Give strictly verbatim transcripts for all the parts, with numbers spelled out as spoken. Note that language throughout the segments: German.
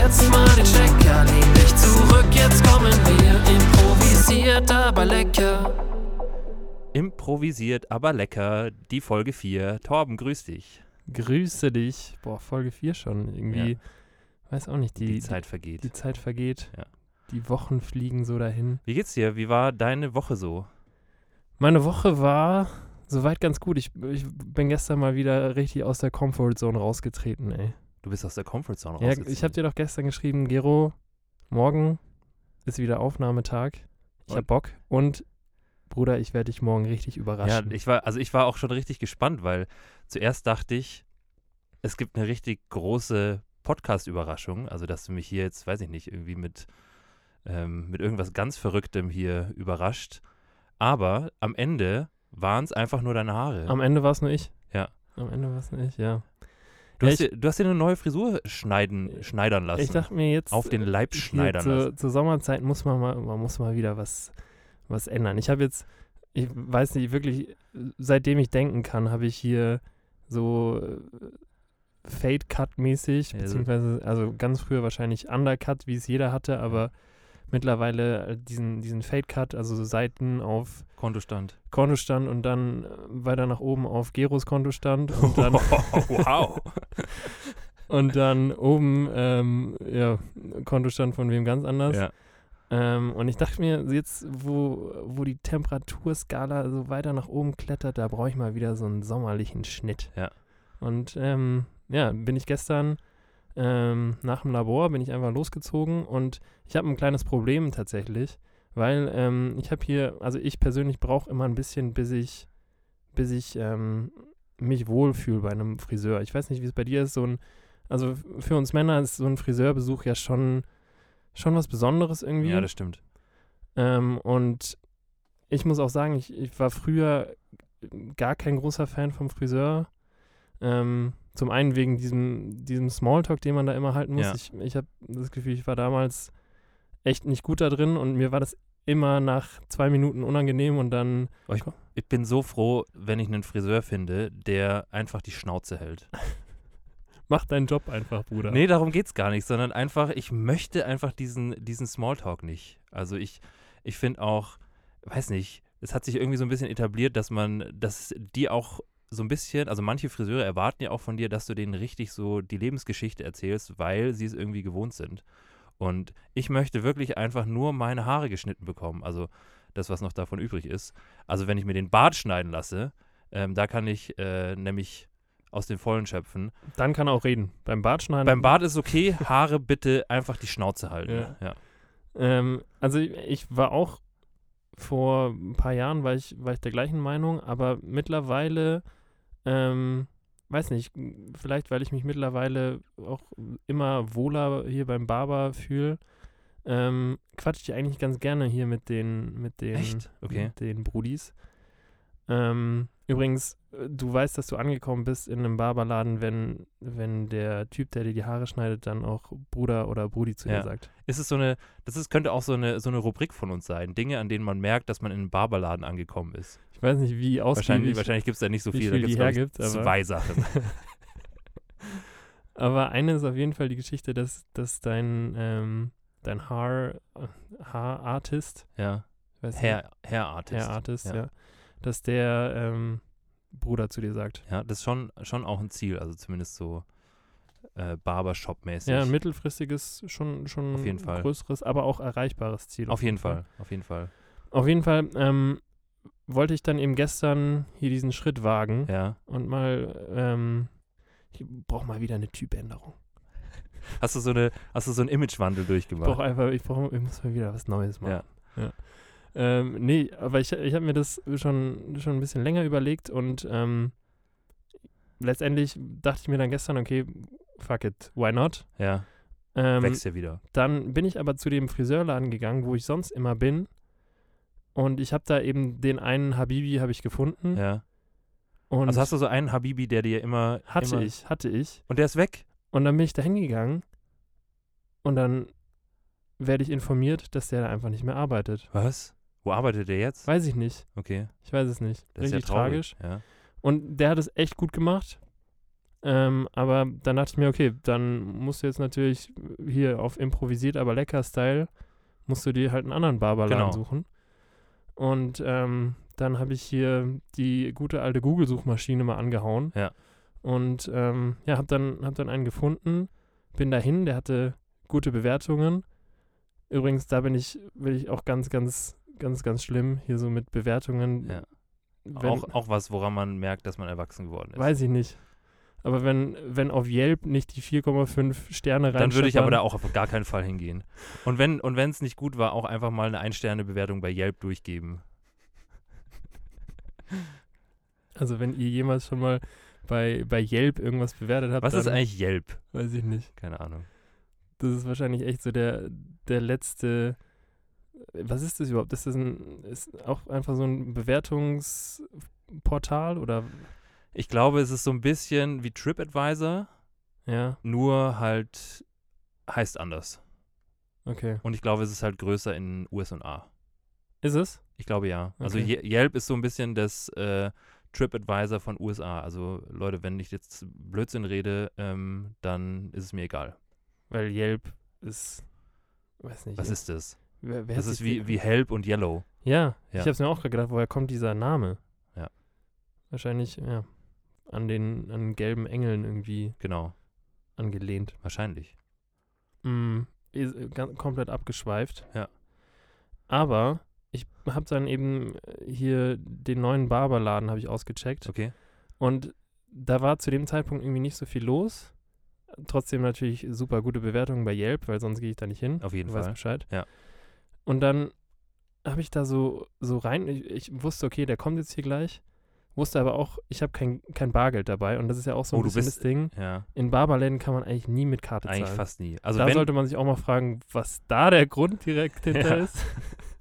jetzt mal den Stecker, lehn dich zurück, jetzt kommen wir. Improvisiert, aber lecker. Improvisiert, aber lecker, die Folge vier. Torben, grüß dich. Grüße dich. Boah, Folge vier schon. Irgendwie, Ja. weiß auch nicht, die, Die Zeit vergeht. Die, die Zeit vergeht. Ja. Die Wochen fliegen so dahin. Wie geht's dir? Wie war deine Woche so? Meine Woche war soweit ganz gut. Ich, ich bin gestern mal wieder richtig aus der Comfortzone rausgetreten, ey. Du bist aus der Comfortzone Ja, rausgezogen. ich habe dir doch gestern geschrieben, Gero, morgen ist wieder Aufnahmetag. Ich Und? hab Bock und Bruder, ich werde dich morgen richtig Ja, überraschen. ich war, also ich war auch schon richtig gespannt, weil zuerst dachte ich, es gibt eine richtig große Podcast-Überraschung. Also, dass du mich hier jetzt, weiß ich nicht, irgendwie mit, ähm, mit irgendwas ganz Verrücktem hier überrascht. Aber am Ende waren es einfach nur deine Haare. Am Ende war es nur ich. Ja. Am Ende war es nur ich, ja. Du, Ja, hast ich- dir, du hast dir eine neue Frisur schneiden, schneidern lassen. Ich dachte mir jetzt, Auf den Leib hier schneidern zur, lassen. zur Sommerzeit muss man mal, man muss mal wieder was, was ändern. Ich habe jetzt, ich weiß nicht, wirklich, seitdem ich denken kann, habe ich hier so äh, Fade-Cut-mäßig, Ja, so- beziehungsweise, also ganz früher wahrscheinlich Undercut, wie es jeder hatte, aber mittlerweile diesen, diesen Fade-Cut, also so Seiten auf Kontostand. Kontostand und dann äh, weiter nach oben auf Geros Kontostand und dann wow. und dann oben, ähm, ja, Kontostand von wem ganz anders. Ja. Ähm, und ich dachte mir, jetzt, wo, wo die Temperaturskala so weiter nach oben klettert, da brauche ich mal wieder so einen sommerlichen Schnitt. Ja. Und ähm, ja, bin ich gestern ähm, nach dem Labor, bin ich einfach losgezogen und ich habe ein kleines Problem tatsächlich, weil ähm, ich habe hier, also ich persönlich brauche immer ein bisschen, bis ich, bis ich ähm, mich wohlfühle bei einem Friseur. Ich weiß nicht, wie es bei dir ist, so ein, also f- für uns Männer ist so ein Friseurbesuch ja schon, schon was Besonderes irgendwie. Ja, das stimmt. Ähm, und ich muss auch sagen, ich, ich war früher gar kein großer Fan vom Friseur. Ähm, zum einen wegen diesem, diesem Smalltalk, den man da immer halten muss. Ja. Ich, ich habe das Gefühl, ich war damals echt nicht gut da drin und mir war das immer nach zwei Minuten unangenehm und dann Oh, ich, ich bin so froh, wenn ich einen Friseur finde, der einfach die Schnauze hält. mach deinen Job einfach, Bruder. Nee, darum geht's gar nicht, sondern einfach, ich möchte einfach diesen, diesen Smalltalk nicht. Also ich, ich finde auch, weiß nicht, es hat sich irgendwie so ein bisschen etabliert, dass man, dass die auch so ein bisschen, also manche Friseure erwarten ja auch von dir, dass du denen richtig so die Lebensgeschichte erzählst, weil sie es irgendwie gewohnt sind. Und ich möchte wirklich einfach nur meine Haare geschnitten bekommen, also das, was noch davon übrig ist. Also wenn ich mir den Bart schneiden lasse, ähm, da kann ich äh, nämlich aus den Vollen schöpfen. Dann kann er auch reden. Beim Bartschneiden. Beim Bart ist okay, Haare bitte einfach die Schnauze halten. Ja. Ja. Ähm, also ich, ich war auch vor ein paar Jahren war ich, war ich der gleichen Meinung, aber mittlerweile, ähm, weiß nicht, vielleicht weil ich mich mittlerweile auch immer wohler hier beim Barber fühle, ähm, quatsche ich eigentlich ganz gerne hier mit den, mit den, Echt? Okay. mit den Brudis. Ähm, übrigens, äh, du weißt, dass du angekommen bist in einem Barberladen, wenn, wenn der Typ, der dir die Haare schneidet, dann auch Bruder oder Brudi zu Ja. dir sagt. Ist es so eine, das ist, könnte auch so eine, so eine Rubrik von uns sein. Dinge, an denen man merkt, dass man in einem Barberladen angekommen ist. Ich weiß nicht, wie ausgiebig. Wahrscheinlich, wahrscheinlich gibt es da nicht so wie viel. viel Da die gibt es hergibt, aber- zwei Sachen. Aber eine ist auf jeden Fall die Geschichte, dass, dass dein, ähm, dein Haar, Haarartist, Ja. ich weiß nicht, Hair, Hair Artist. Hairartist, ja. ja. dass der ähm, Bruder zu dir sagt. Ja, das ist schon, schon auch ein Ziel. Also zumindest so äh, Barbershop-mäßig. Ja, ein mittelfristiges, schon, schon Auf jeden Fall. größeres, aber auch erreichbares Ziel. Auf jeden Fall. Auf jeden Fall. Auf jeden Fall ähm, wollte ich dann eben gestern hier diesen Schritt wagen Ja. und mal, ähm, ich brauche mal wieder eine Typänderung. Hast du so eine, hast du so einen Imagewandel Ich durchgemacht? brauche einfach, ich brauche, ich muss mal wieder was Neues machen. Ja. Ja. Ähm, nee, aber ich, ich habe mir das schon, schon ein bisschen länger überlegt und ähm, letztendlich dachte ich mir dann gestern, okay, fuck it, why not? Ja. Ähm, Wächst ja wieder. Dann bin ich aber zu dem Friseurladen gegangen, wo ich sonst immer bin und ich habe da eben den einen Habibi habe ich gefunden. Ja. Und Also hast du so einen Habibi, der dir immer. hatte immer ich, hatte ich. Und der ist weg? Und dann bin ich da hingegangen und dann werde ich informiert, dass der da einfach nicht mehr arbeitet. Was? Wo arbeitet der jetzt? Weiß ich nicht. Okay. Ich weiß es nicht. Das ist ja Richtig traurig. tragisch. Ja. Und der hat es echt gut gemacht. Ähm, aber dann dachte ich mir, okay, dann musst du jetzt natürlich hier auf improvisiert, aber lecker Style, musst du dir halt einen anderen Barberladen Genau. suchen. Und ähm, dann habe ich hier die gute alte Google-Suchmaschine mal angehauen. Ja. Und ähm, ja, habe dann, hab dann einen gefunden, bin dahin, der hatte gute Bewertungen. Übrigens, da bin ich, bin ich auch ganz, ganz, ganz, ganz schlimm, hier so mit Bewertungen. Ja. Wenn, Auch, auch was, woran man merkt, dass man erwachsen geworden ist. Weiß ich nicht. Aber wenn, wenn auf Yelp nicht die vier Komma fünf Sterne rein Dann würde ich aber da auch auf gar keinen Fall hingehen. Und wenn und wenn es nicht gut war, auch einfach mal eine Ein-Sterne-Bewertung bei Yelp durchgeben. Also wenn ihr jemals schon mal bei, bei Yelp irgendwas bewertet habt, Was dann ist eigentlich Yelp? weiß ich nicht. Keine Ahnung. Das ist wahrscheinlich echt so der, der letzte. Was ist das überhaupt? Ist das ein, ist auch einfach so ein Bewertungsportal oder? Ich glaube, es ist so ein bisschen wie TripAdvisor, Ja, nur halt heißt anders. okay. Und ich glaube, es ist halt größer in U S A. Ist es? Ich glaube ja. Also Okay. Ye- Yelp ist so ein bisschen das äh, TripAdvisor von U S A. Also Leute, wenn ich jetzt Blödsinn rede, ähm, dann ist es mir egal. Weil Yelp ist, weiß nicht. Was ist das? Wer, wer Das hat ist sich wie, den- wie Help und Yellow. Ja, Ja. ich habe es mir auch gerade gedacht, woher kommt dieser Name? Ja. Wahrscheinlich, ja, an den, an den gelben Engeln irgendwie Genau, angelehnt. wahrscheinlich. Mm, ist, äh, ganz, komplett abgeschweift. Ja. Aber ich habe dann eben hier den neuen Barberladen habe ich ausgecheckt. Okay. Und da war zu dem Zeitpunkt irgendwie nicht so viel los. Trotzdem natürlich super gute Bewertungen bei Yelp, weil sonst gehe ich da nicht hin. Auf jeden Du weißt Fall. Bescheid. Ja. Und dann habe ich da so, so rein, ich, ich wusste, okay, der kommt jetzt hier gleich. Wusste aber auch, ich habe kein, kein Bargeld dabei. Und das ist ja auch so ein Oh, du bisschen bist- das Ding. Ja, In Barberläden kann man eigentlich nie mit Karte eigentlich zahlen. fast nie. Also da wenn, sollte man sich auch mal fragen, was da der Grund direkt hinter Ja. ist.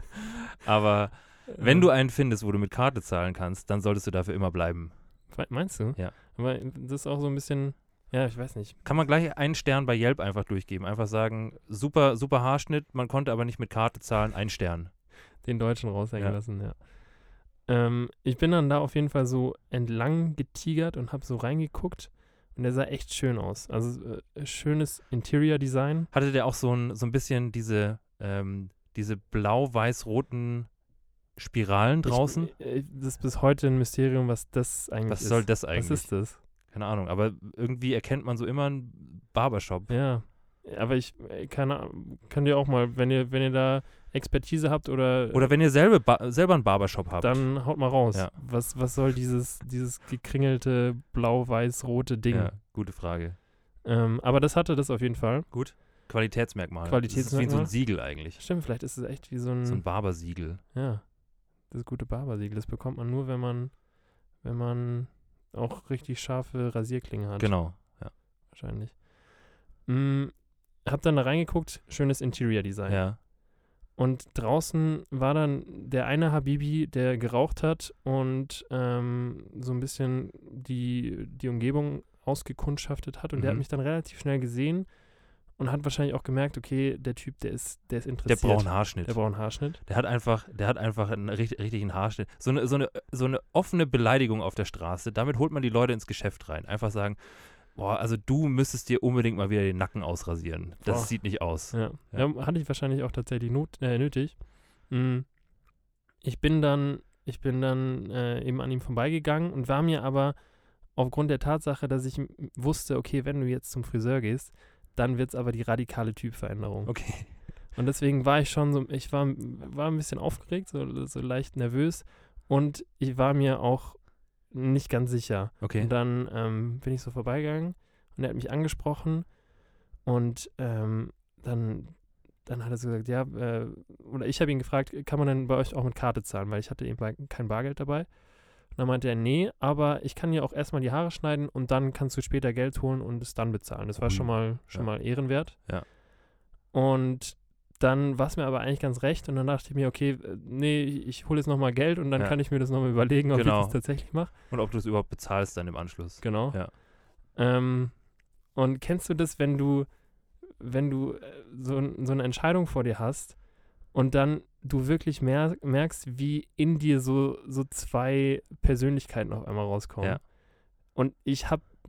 aber wenn du Ähm, einen findest, wo du mit Karte zahlen kannst, dann solltest du dafür immer bleiben. me- Meinst du? Ja. Aber das ist auch so ein bisschen, ja, ich weiß nicht. Kann man gleich einen Stern bei Yelp einfach durchgeben. Einfach sagen, super, super Haarschnitt, man konnte aber nicht mit Karte zahlen, ein Stern. Den Deutschen raushängen Ja. lassen, ja. Ähm, ich bin dann da auf jeden Fall so entlang getigert und habe so reingeguckt und der sah echt schön aus. Also äh, schönes Interior-Design. Hatte der auch so ein, so ein bisschen diese, ähm, diese blau-weiß-roten Spiralen draußen? Ich, äh, das ist bis heute ein Mysterium, was das eigentlich Was ist. soll das eigentlich? Was ist das? Keine Ahnung, aber irgendwie erkennt man so immer einen Barbershop. Ja, aber ich, äh, keine Ahnung, könnt ihr auch mal, wenn ihr, wenn ihr da Expertise habt oder, Oder wenn ihr selber, ba selber einen Barbershop habt. dann haut mal raus. Ja. Was, was soll dieses, dieses gekringelte blau-weiß-rote Ding? Ja, gute Frage. Ähm, aber das hatte das auf jeden Fall. Gut. Qualitätsmerkmal. Das ist wie Qualitätsmerkmal. so ein Siegel eigentlich. Stimmt, vielleicht ist es echt wie so ein, So ein Barbersiegel. ja, das gute Barbersiegel. Das bekommt man nur, wenn man, wenn man auch richtig scharfe Rasierklingen hat. Genau. Ja. Wahrscheinlich. Mm, hab dann da reingeguckt, schönes Interior-Design. ja. Und draußen war dann der eine Habibi, der geraucht hat und ähm, so ein bisschen die, die Umgebung ausgekundschaftet hat. Und der hat Mhm. mich dann relativ schnell gesehen und hat wahrscheinlich auch gemerkt, okay, der Typ, der ist, der ist Der interessiert. braucht einen Haarschnitt. Der braucht einen Haarschnitt. Der hat einfach, der hat einfach einen richtig, richtigen Haarschnitt. So eine, so, eine, so eine offene Beleidigung auf der Straße, damit holt man die Leute ins Geschäft rein. Einfach sagen, boah, also du müsstest dir unbedingt mal wieder den Nacken ausrasieren. Das Boah. sieht nicht aus. Ja. Ja. Ja, hatte ich wahrscheinlich auch tatsächlich not, äh, nötig. Mm. Ich bin dann, ich bin dann äh, eben an ihm vorbeigegangen und war mir aber aufgrund der Tatsache, dass ich m- wusste, okay, wenn du jetzt zum Friseur gehst, dann wird es aber die radikale Typveränderung. Okay. Und deswegen war ich schon so, ich war, war ein bisschen aufgeregt, so, so leicht nervös und ich war mir auch nicht ganz sicher. Okay. Und dann ähm, bin ich so vorbeigegangen und er hat mich angesprochen und ähm, dann, dann hat er so gesagt, ja, äh, oder ich habe ihn gefragt, kann man denn bei euch auch mit Karte zahlen, weil ich hatte eben bei- kein Bargeld dabei. Und dann meinte er, nee, aber ich kann dir auch erstmal die Haare schneiden und dann kannst du später Geld holen und es dann bezahlen. Das war Ui, schon mal, schon ja. mal ehrenwert. Ja. Und dann war es mir aber eigentlich ganz recht und dann dachte ich mir, okay, äh, nee, ich hole jetzt nochmal Geld und dann Ja. kann ich mir das nochmal überlegen, ob Genau. ich das tatsächlich mache. Und ob du es überhaupt bezahlst dann im Anschluss. Genau. Ja. Ähm, und kennst du das, wenn du, wenn du äh, so, n- so eine Entscheidung vor dir hast und dann du wirklich mer merkst, wie in dir so, so zwei Persönlichkeiten auf einmal rauskommen? Ja. Und ich habe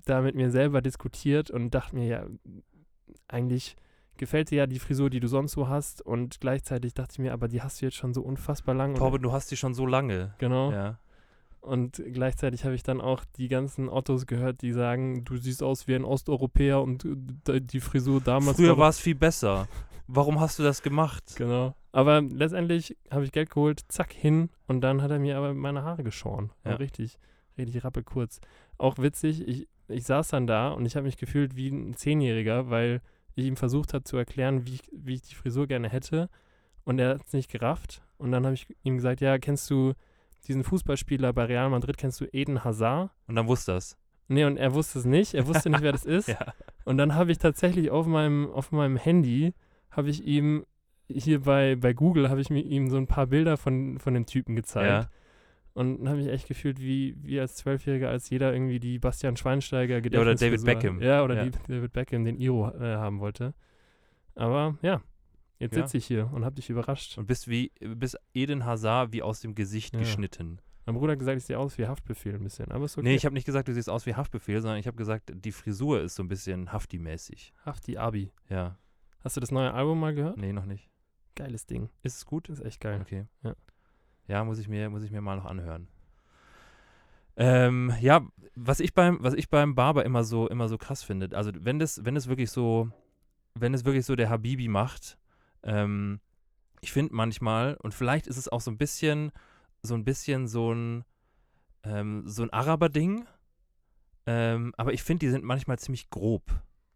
da mit mir selber diskutiert und dachte mir, ja, eigentlich gefällt dir ja die Frisur, die du sonst so hast und gleichzeitig dachte ich mir, aber die hast du jetzt schon so unfassbar lang. Torben, du hast die schon so lange. Genau. Ja. Und gleichzeitig habe ich dann auch die ganzen Ottos gehört, die sagen, du siehst aus wie ein Osteuropäer und äh, die Frisur damals... Früher war es viel besser. Warum hast du das gemacht? Genau. Aber letztendlich habe ich Geld geholt, zack, hin und dann hat er mir aber meine Haare geschoren. Ja. Ja. Richtig, richtig rappelkurz. Auch witzig, ich, ich saß dann da und ich habe mich gefühlt wie ein Zehnjähriger, weil ich ihm versucht habe zu erklären, wie ich, wie ich die Frisur gerne hätte und er hat es nicht gerafft. Und dann habe ich ihm gesagt, ja, kennst du diesen Fußballspieler bei Real Madrid, kennst du Eden Hazard? Und dann wusste das. Nee, und er wusste es nicht, er wusste nicht, wer das ist. Ja. Und dann habe ich tatsächlich auf meinem, auf meinem Handy, habe ich ihm, hier bei, bei Google, habe ich mir ihm so ein paar Bilder von, von dem Typen gezeigt. Ja. Und dann habe ich echt gefühlt, wie, wie als Zwölfjähriger, als jeder irgendwie die Bastian Schweinsteiger Ja, oder David Gedächtnisfrisur- Beckham. Ja, oder Ja. Die, David Beckham, den Iro äh, haben wollte. Aber ja, jetzt Ja. sitze ich hier und habe dich überrascht. Und bist wie bist Eden Hazard wie aus dem Gesicht Ja. geschnitten. Mein Bruder hat gesagt, ich sehe aus wie Haftbefehl ein bisschen, aber ist okay. Nee, ich habe nicht gesagt, du siehst aus wie Haftbefehl, sondern ich habe gesagt, die Frisur ist so ein bisschen Hafti-mäßig. Hafti Abi. Ja. Hast du das neue Album mal gehört? Nee, noch nicht. Geiles Ding. Ist es gut? Das ist echt geil. Okay. Ja. Ja, muss ich mir, muss ich mir mal noch anhören. Ähm, ja, was ich beim, was ich beim Barber immer so, immer so krass finde, also wenn das, wenn es wirklich so, wenn es wirklich so der Habibi macht, ähm, ich finde manchmal, und vielleicht ist es auch so ein bisschen, so ein bisschen so ein, ähm, so ein Araber-Ding, ähm, aber ich finde, die sind manchmal ziemlich grob.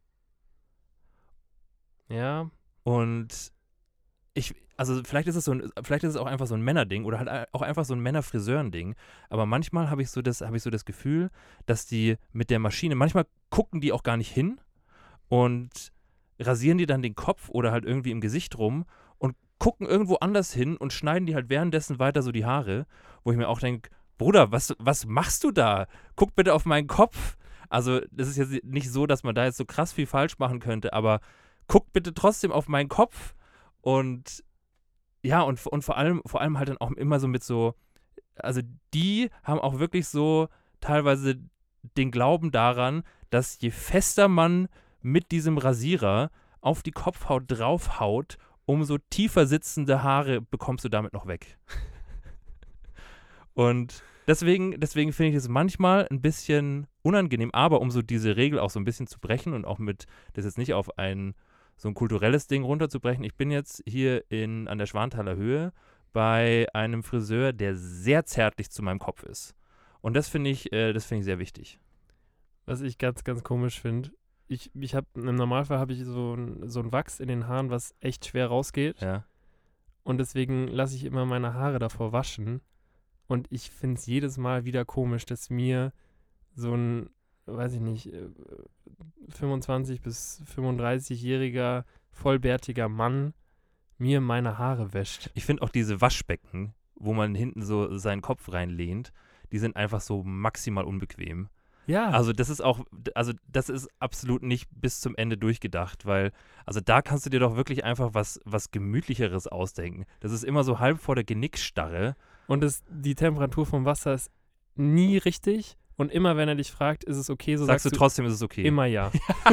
Ja, Und ich, also vielleicht ist es so ein, vielleicht ist es auch einfach so ein Männerding oder halt auch einfach so ein Männerfriseuren-Ding. Aber manchmal habe ich so das, habe ich so das Gefühl, dass die mit der Maschine, manchmal gucken die auch gar nicht hin und rasieren die dann den Kopf oder halt irgendwie im Gesicht rum und gucken irgendwo anders hin und schneiden die halt währenddessen weiter so die Haare, wo ich mir auch denke, Bruder, was, was machst du da? Guck bitte auf meinen Kopf. Also das ist jetzt nicht so, dass man da jetzt so krass viel falsch machen könnte, aber guck bitte trotzdem auf meinen Kopf. Und ja, und, und vor allem, vor allem halt dann auch immer so mit so, also die haben auch wirklich so teilweise den Glauben daran, dass je fester man mit diesem Rasierer auf die Kopfhaut draufhaut, umso tiefer sitzende Haare bekommst du damit noch weg. Und deswegen, deswegen finde ich es manchmal ein bisschen unangenehm, aber um so diese Regel auch so ein bisschen zu brechen und auch mit, das jetzt nicht auf ein so ein kulturelles Ding runterzubrechen. Ich bin jetzt hier in, an der Schwanthaler Höhe bei einem Friseur, der sehr zärtlich zu meinem Kopf ist. Und das finde ich, äh, das finde ich sehr wichtig. was ich ganz, ganz komisch finde. Ich, ich habe, im Normalfall habe ich so ein, so ein Wachs in den Haaren, was echt schwer rausgeht. Ja. Und deswegen lasse ich immer meine Haare davor waschen. Und ich finde es jedes Mal wieder komisch, dass mir so ein, weiß ich nicht, äh, fünfundzwanzig- bis fünfunddreißigjähriger, vollbärtiger Mann mir meine Haare wäscht. Ich finde auch diese Waschbecken, wo man hinten so seinen Kopf reinlehnt, die sind einfach so maximal unbequem. Ja, Also das ist auch, also das ist absolut nicht bis zum Ende durchgedacht, weil, also da kannst du dir doch wirklich einfach was, was Gemütlicheres ausdenken. Das ist immer so halb vor der Genickstarre. und es, die Temperatur vom Wasser ist nie richtig. Und immer, wenn er dich fragt, ist es okay, so Sagst sagst, du trotzdem, ist es okay. immer ja.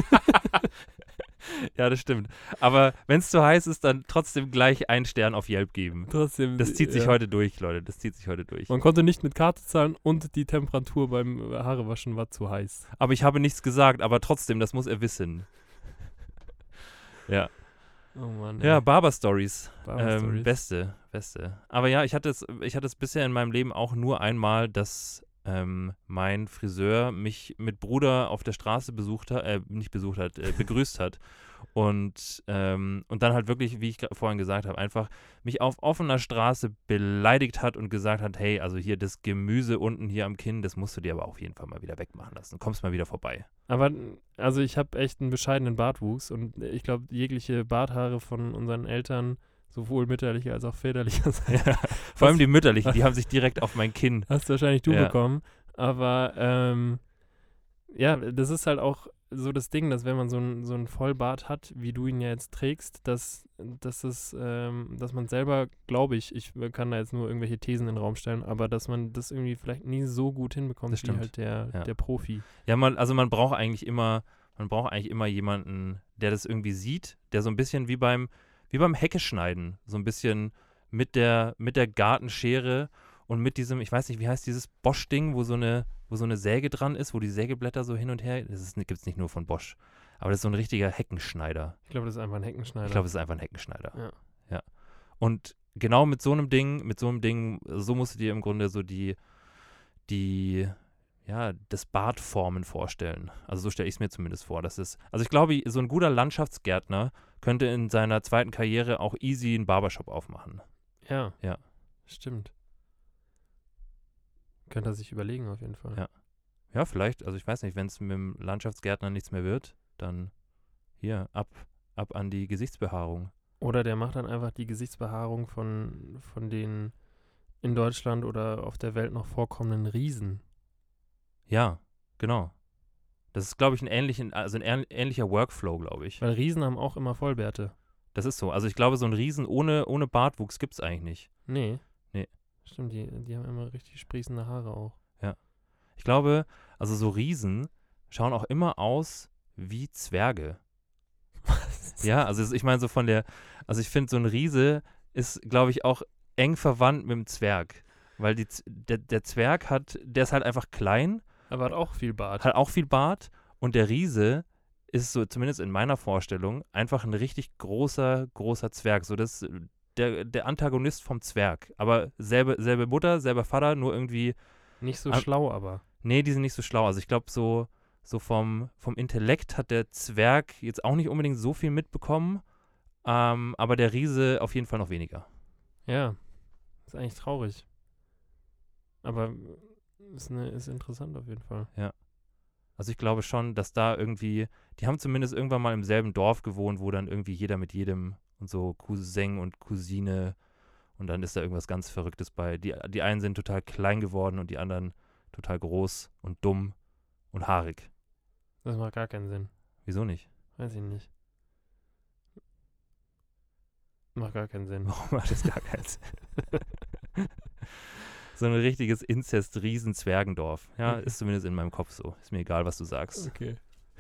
Ja, das stimmt. Aber wenn es zu heiß ist, dann trotzdem gleich einen Stern auf Yelp geben. Trotzdem. Das zieht sich ja. heute durch, Leute. Das zieht sich heute durch. Man konnte nicht mit Karte zahlen und die Temperatur beim Haarewaschen war zu heiß. Aber ich habe nichts gesagt, aber trotzdem, das muss er wissen. Ja. Oh Mann. Ja, Barber-Stories. Barber-Stories. Ähm, beste, beste. Aber ja, ich hatte es, ich hatte es bisher in meinem Leben auch nur einmal, dass ähm, mein Friseur mich mit Bruder auf der Straße besucht hat, äh, nicht besucht hat, äh, begrüßt hat. Und, ähm, und dann halt wirklich, wie ich gra- vorhin gesagt habe, einfach mich auf offener Straße beleidigt hat und gesagt hat, hey, also hier das Gemüse unten hier am Kinn, das musst du dir aber auf jeden Fall mal wieder wegmachen lassen. Kommst mal wieder vorbei. Aber also ich habe echt einen bescheidenen Bartwuchs und ich glaube, jegliche Barthaare von unseren Eltern, sowohl mütterlicher als auch väterlicherseits, Vor allem die mütterlichen, die haben sich direkt auf mein Kinn. hast wahrscheinlich du Ja. bekommen. Aber ähm, ja, das ist halt auch so das Ding, dass wenn man so ein, so ein Vollbart hat, wie du ihn ja jetzt trägst, dass, dass, es, ähm, dass man selber, glaube ich, ich kann da jetzt nur irgendwelche Thesen in den Raum stellen, aber dass man das irgendwie vielleicht nie so gut hinbekommt Das wie stimmt. halt der, Ja. der Profi. Ja, man, also man braucht eigentlich immer, man braucht eigentlich immer jemanden, der das irgendwie sieht, der so ein bisschen wie beim, wie beim Heckeschneiden, so ein bisschen mit der, mit der Gartenschere und mit diesem, ich weiß nicht, wie heißt dieses Bosch-Ding, wo so eine, wo so eine Säge dran ist, wo die Sägeblätter so hin und her, das gibt es nicht nur von Bosch, aber das ist so ein richtiger Heckenschneider. Ich glaube, das ist einfach ein Heckenschneider. Ich glaube, es ist einfach ein Heckenschneider. Ja. Ja. Und genau mit so einem Ding, mit so einem Ding, so musst du dir im Grunde so die, die, ja, das Bartformen vorstellen. Also so stelle ich es mir zumindest vor. Das ist, also ich glaube, so ein guter Landschaftsgärtner könnte in seiner zweiten Karriere auch easy einen Barbershop aufmachen. Ja. Ja. Stimmt. Könnte er sich überlegen, auf jeden Fall. Ja. Ja, vielleicht, also ich weiß nicht, wenn es mit dem Landschaftsgärtner nichts mehr wird, dann hier, ab, ab an die Gesichtsbehaarung. Oder der macht dann einfach die Gesichtsbehaarung von, von den in Deutschland oder auf der Welt noch vorkommenden Riesen. Ja, genau. Das ist, glaube ich, ein, ähnlichen, also ein ähn- ähnlicher Workflow, glaube ich. Weil Riesen haben auch immer Vollbärte. Das ist so. Also ich glaube, so ein Riesen ohne, ohne Bartwuchs gibt es eigentlich nicht. Nee. Nee. Stimmt, die, die haben immer richtig sprießende Haare auch. Ich glaube, also so Riesen schauen auch immer aus wie Zwerge. Was? Ja, also es- ich meine so von der, also ich finde so ein Riese ist, glaube ich, auch eng verwandt mit dem Zwerg. Weil die, Z- der, der Zwerg hat, der ist halt einfach klein, Aber hat auch viel Bart. hat auch viel Bart und der Riese ist so, zumindest in meiner Vorstellung, einfach ein richtig großer, großer Zwerg. So das, der, der Antagonist vom Zwerg. Aber selbe, selbe Mutter, selber Vater, nur irgendwie. Nicht so Ah. schlau, aber. Nee, die sind nicht so schlau. Also ich glaube, so, so vom, vom Intellekt hat der Zwerg jetzt auch nicht unbedingt so viel mitbekommen, ähm, aber der Riese auf jeden Fall noch weniger. Ja. Ist eigentlich traurig. Aber ist, ne, ist interessant auf jeden Fall. Also ich glaube schon, dass da irgendwie, die haben zumindest irgendwann mal im selben Dorf gewohnt, wo dann irgendwie jeder mit jedem und so Cousin und Cousine und dann ist da irgendwas ganz Verrücktes bei. Die, die einen sind total klein geworden und die anderen total groß und dumm und haarig. Das macht gar keinen Sinn. Wieso nicht? Weiß ich nicht. Macht gar keinen Sinn. Warum macht das gar keinen Sinn? So ein richtiges Inzest-Riesen-Zwergendorf. Ja, Okay. ist zumindest in meinem Kopf so. Ist mir egal, was du sagst. Okay.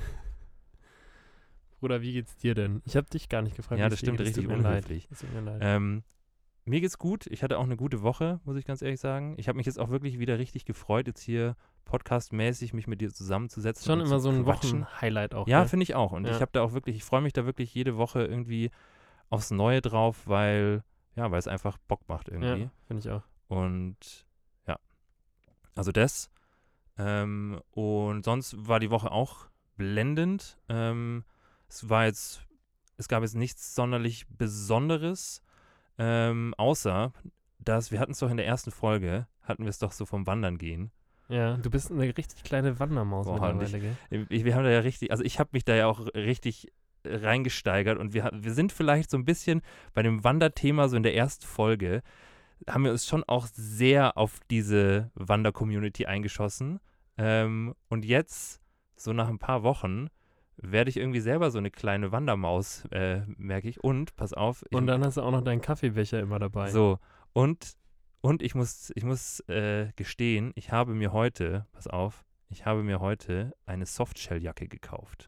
Bruder, wie geht's dir denn? Ich habe dich gar nicht gefragt. Ja, wie das es dir stimmt, geht. Es richtig tut mir leid. unhöflich. Es tut mir leid. Ähm, mir geht's gut. Ich hatte auch eine gute Woche, muss ich ganz ehrlich sagen. Ich habe mich jetzt auch wirklich wieder richtig gefreut, jetzt hier podcastmäßig mich mit dir zusammenzusetzen. Schon und immer zu so ein quatschen. Wochen-Highlight auch. Ja, ne? finde ich auch. Und Ja. ich habe da auch wirklich, ich freue mich da wirklich jede Woche irgendwie aufs Neue drauf, weil, ja, weil es einfach Bock macht irgendwie. Ja, finde ich auch. Und ja, also das. Ähm, und sonst war die Woche auch blendend. Ähm, es war jetzt, es gab jetzt nichts sonderlich Besonderes, ähm, außer, dass, wir hatten es doch in der ersten Folge, hatten wir es doch so vom Wandern gehen. Ja, du bist eine richtig kleine Wandermaus Boah, und mittlerweile, gell? Ich, wir haben da ja richtig, also ich habe mich da ja auch richtig reingesteigert und wir, ha- wir sind vielleicht so ein bisschen bei dem Wanderthema, so in der ersten Folge, haben wir uns schon auch sehr auf diese Wander-Community eingeschossen. Ähm, und jetzt, so nach ein paar Wochen, werde ich irgendwie selber so eine kleine Wandermaus, äh, merke ich. Und, pass auf, ich, Und dann hast du auch noch deinen Kaffeebecher immer dabei. so, und, und ich muss, ich muss äh, gestehen, ich habe mir heute, pass auf, ich habe mir heute eine Softshell-Jacke gekauft.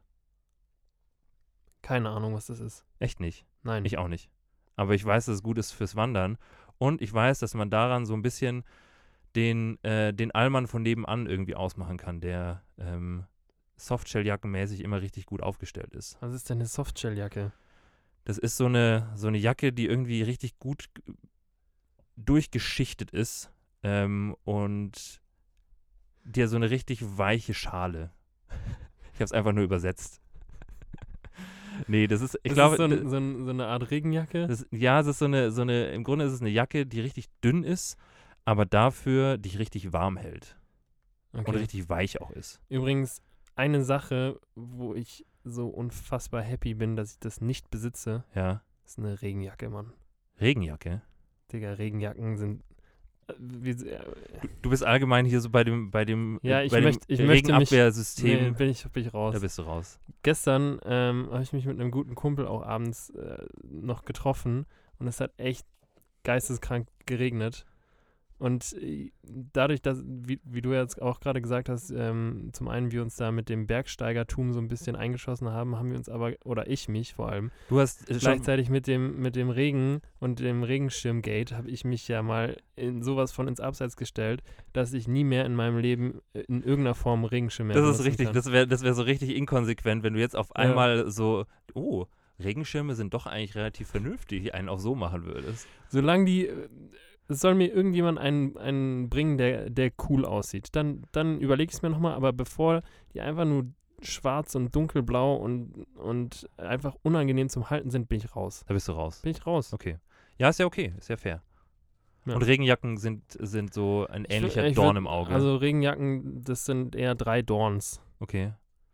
Keine Ahnung, was das ist. Echt nicht. Nein. Ich auch nicht. Aber ich weiß, dass es gut ist fürs Wandern. Und ich weiß, dass man daran so ein bisschen den, äh, den Allmann von nebenan irgendwie ausmachen kann, der ähm, Softshell-Jackenmäßig immer richtig gut aufgestellt ist. Was ist denn eine Softshelljacke? Das ist so eine, so eine Jacke, die irgendwie richtig gut g- durchgeschichtet ist ähm, und dir so eine richtig weiche Schale. Ich habe es einfach nur übersetzt. Nee, das ist, ich ist glaube, das so, d- ein, so, ein, so eine Art Regenjacke? das, ja, es ist so eine, so eine, im Grunde ist es eine Jacke, die richtig dünn ist, aber dafür dich richtig warm hält und Okay. richtig weich auch ist. Übrigens, eine Sache, wo ich so unfassbar happy bin, dass ich das nicht besitze, Ja, ist eine Regenjacke, Mann. Regenjacke. Digga, Regenjacken sind wie, äh, Du, du bist allgemein hier so bei dem, bei dem, Ja, äh, ich bei möcht- ich dem möchte mich- Regenabwehrsystem. nee, bin ich, bin ich raus. Da bist du raus. Gestern ähm, habe ich mich mit einem guten Kumpel auch abends äh, noch getroffen und es hat echt geisteskrank geregnet. Und äh, dadurch, dass, wie, wie du jetzt auch gerade gesagt hast, ähm, zum einen wir uns da mit dem Bergsteigertum so ein bisschen eingeschossen haben, haben wir uns aber, oder ich mich vor allem, Du hast äh, schon, gleichzeitig mit dem, mit dem Regen und dem Regenschirmgate habe ich mich ja mal in sowas von ins Abseits gestellt, dass ich nie mehr in meinem Leben äh, in irgendeiner Form Regenschirm mehr das ist benutzen richtig, kann. das wäre das wär so richtig inkonsequent, wenn du jetzt auf Ja. einmal so, oh, Regenschirme sind doch eigentlich relativ vernünftig, einen auch so machen würdest. Solange die, äh, es soll mir irgendjemand einen, einen bringen, der, der cool aussieht. Dann, dann überlege ich es mir nochmal, aber bevor die einfach nur schwarz und dunkelblau und, und einfach unangenehm zum Halten sind, bin ich raus. Da bist du raus. Bin ich raus. Okay. Ja, ist ja okay, ist ja fair. Ja. Und Regenjacken sind, sind so ein Ich wür- ähnlicher ich Dorn würd- im Auge. Also Regenjacken, das sind eher drei Dorns. Okay.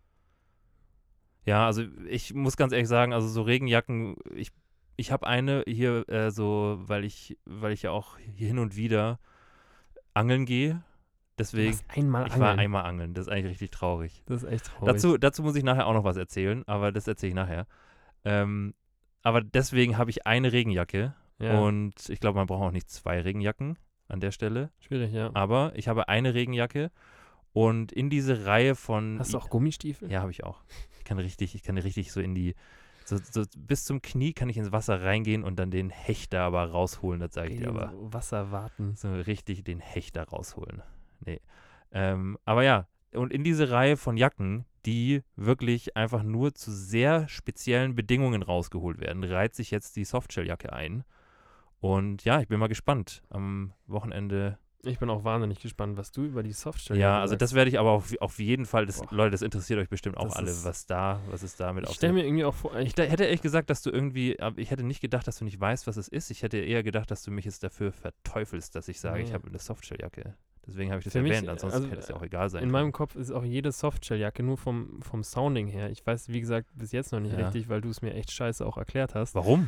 Ja, also ich muss ganz ehrlich sagen, also so Regenjacken, ich, ich habe eine hier äh, so, weil ich, weil ich ja auch hier hin und wieder angeln gehe. Du Deswegen, warst einmal ich angeln. war einmal angeln. Das ist eigentlich richtig traurig. Das ist echt traurig. Dazu, dazu muss ich nachher auch noch was erzählen, aber das erzähle ich nachher. Ähm, aber deswegen habe ich eine Regenjacke ja, und ich glaube, man braucht auch nicht zwei Regenjacken an der Stelle. schwierig, ja. Aber ich habe eine Regenjacke und in diese Reihe von. Hast du auch Gummistiefel? Ja, habe ich auch. Ich kann richtig, ich kann richtig so in die, so, so bis zum Knie kann ich ins Wasser reingehen und dann den Hecht da aber rausholen, das sage ich dir aber. So Wasser warten. So richtig den Hecht da rausholen. Nee. Ähm, aber ja, und in diese Reihe von Jacken, die wirklich einfach nur zu sehr speziellen Bedingungen rausgeholt werden, reiht sich jetzt die Softshelljacke ein. Und ja, ich bin mal gespannt. Am Wochenende. Ich bin auch wahnsinnig gespannt, was du über die Softshell Ja, also das werde ich aber auf, auf jeden Fall, das, Boah. Leute, das interessiert euch bestimmt auch Das alle, ist- was da, was es damit Ich auf stelle sich mir irgendwie auch vor, ich, Ich da- hätte ehrlich gesagt, dass du irgendwie, aber ich hätte nicht gedacht, dass du nicht weißt, was es ist. Ich hätte eher gedacht, dass du mich jetzt dafür verteufelst, dass ich sage, ich Nee. habe eine Softshelljacke. Deswegen habe ich das Für mich, erwähnt, ansonsten also, hätte es ja auch egal sein in können. meinem Kopf ist auch jede Softshelljacke nur vom, vom Sounding her. Ich weiß, wie gesagt, bis jetzt noch nicht Ja. richtig, weil du es mir echt scheiße auch erklärt hast. Warum?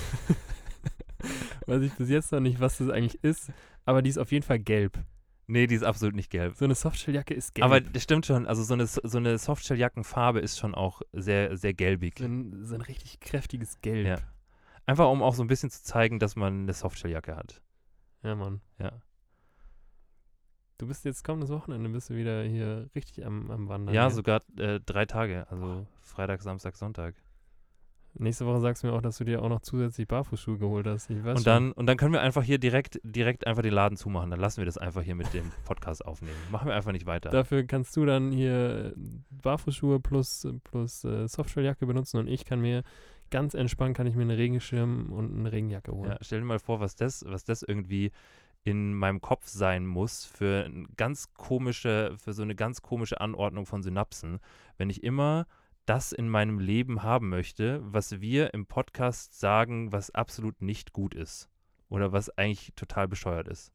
Weiß ich bis jetzt noch nicht, was das eigentlich ist, aber die ist auf jeden Fall gelb. Nee, die ist absolut nicht gelb. So eine Softshelljacke ist gelb. Aber das stimmt schon, also so eine, so eine Softshell-Jackenfarbe ist schon auch sehr, sehr gelbig. so ein, so ein richtig kräftiges Gelb. Ja. Einfach um auch so ein bisschen zu zeigen, dass man eine Softshelljacke hat. Ja, Mann. Ja. Du bist jetzt kommendes Wochenende, bist du wieder hier richtig am, am Wandern. Ja, ja? sogar äh, drei Tage, also Freitag, Samstag, Sonntag. Nächste Woche sagst du mir auch, dass du dir auch noch zusätzlich Barfußschuhe geholt hast. Ich weiß Und schon. dann, und dann können wir einfach hier direkt, direkt einfach den Laden zumachen. Dann lassen wir das einfach hier mit dem Podcast aufnehmen. Machen wir einfach nicht weiter. Dafür kannst du dann hier Barfußschuhe plus, plus äh, Softshelljacke benutzen und ich kann mir ganz entspannt kann ich mir einen Regenschirm und eine Regenjacke holen. Ja, stell dir mal vor, was das, was das irgendwie in meinem Kopf sein muss für ein ganz komische, für so eine ganz komische Anordnung von Synapsen, wenn ich immer das in meinem Leben haben möchte, was wir im Podcast sagen, was absolut nicht gut ist. Oder was eigentlich total bescheuert ist.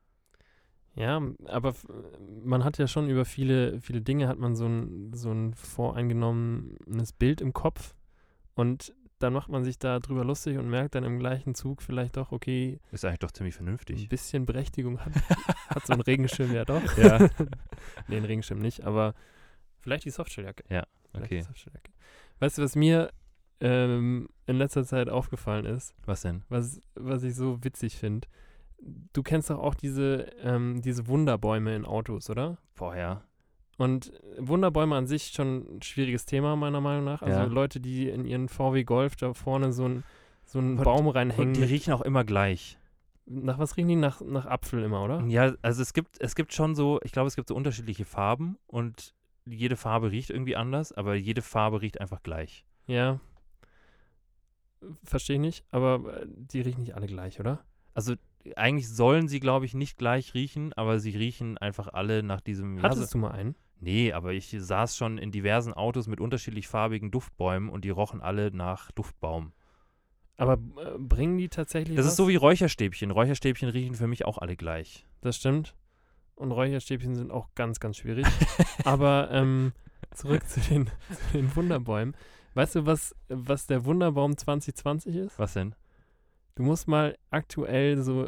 Ja, aber f- man hat ja schon über viele, viele Dinge hat man so ein, so ein voreingenommenes Bild im Kopf und dann macht man sich da drüber lustig und merkt dann im gleichen Zug vielleicht doch, okay, Ist eigentlich doch ziemlich ein vernünftig. bisschen Berechtigung hat, hat so ein Regenschirm ja doch. Ja. Nee, ein Regenschirm nicht, aber vielleicht die Softshelljacke. Vielleicht Okay. die Softshelljacke. Weißt du, was mir ähm, in letzter Zeit aufgefallen ist, Was denn? was, was ich so witzig finde? Du kennst doch auch diese, ähm, diese Wunderbäume in Autos, oder? Vorher. Und Wunderbäume an sich schon ein schwieriges Thema, meiner Meinung nach. Also Ja. Leute, die in ihren V W Golf da vorne so, ein, so einen Und- Baum Und reinhängen. die riechen auch immer gleich. Nach was riechen die? Nach, nach Apfel immer, oder? Ja, also es gibt, es gibt schon so, ich glaube, es gibt so unterschiedliche Farben und jede Farbe riecht irgendwie anders, aber jede Farbe riecht einfach gleich. Ja. Verstehe ich nicht, aber äh, die riechen nicht alle gleich, oder? Also eigentlich sollen sie, glaube ich, nicht gleich riechen, aber sie riechen einfach alle nach diesem. Ja, Hattest so, du mal einen? nee, aber ich saß schon in diversen Autos mit unterschiedlich farbigen Duftbäumen und die rochen alle nach Duftbaum. Aber äh, bringen die tatsächlich Das was? ist so wie Räucherstäbchen. Räucherstäbchen riechen für mich auch alle gleich. Das stimmt. Und Räucherstäbchen sind auch ganz, ganz schwierig. Aber ähm, zurück zu den, zu den Wunderbäumen. Weißt du, was, was der Wunderbaum zwanzig zwanzig ist? Was denn? Du musst mal aktuell so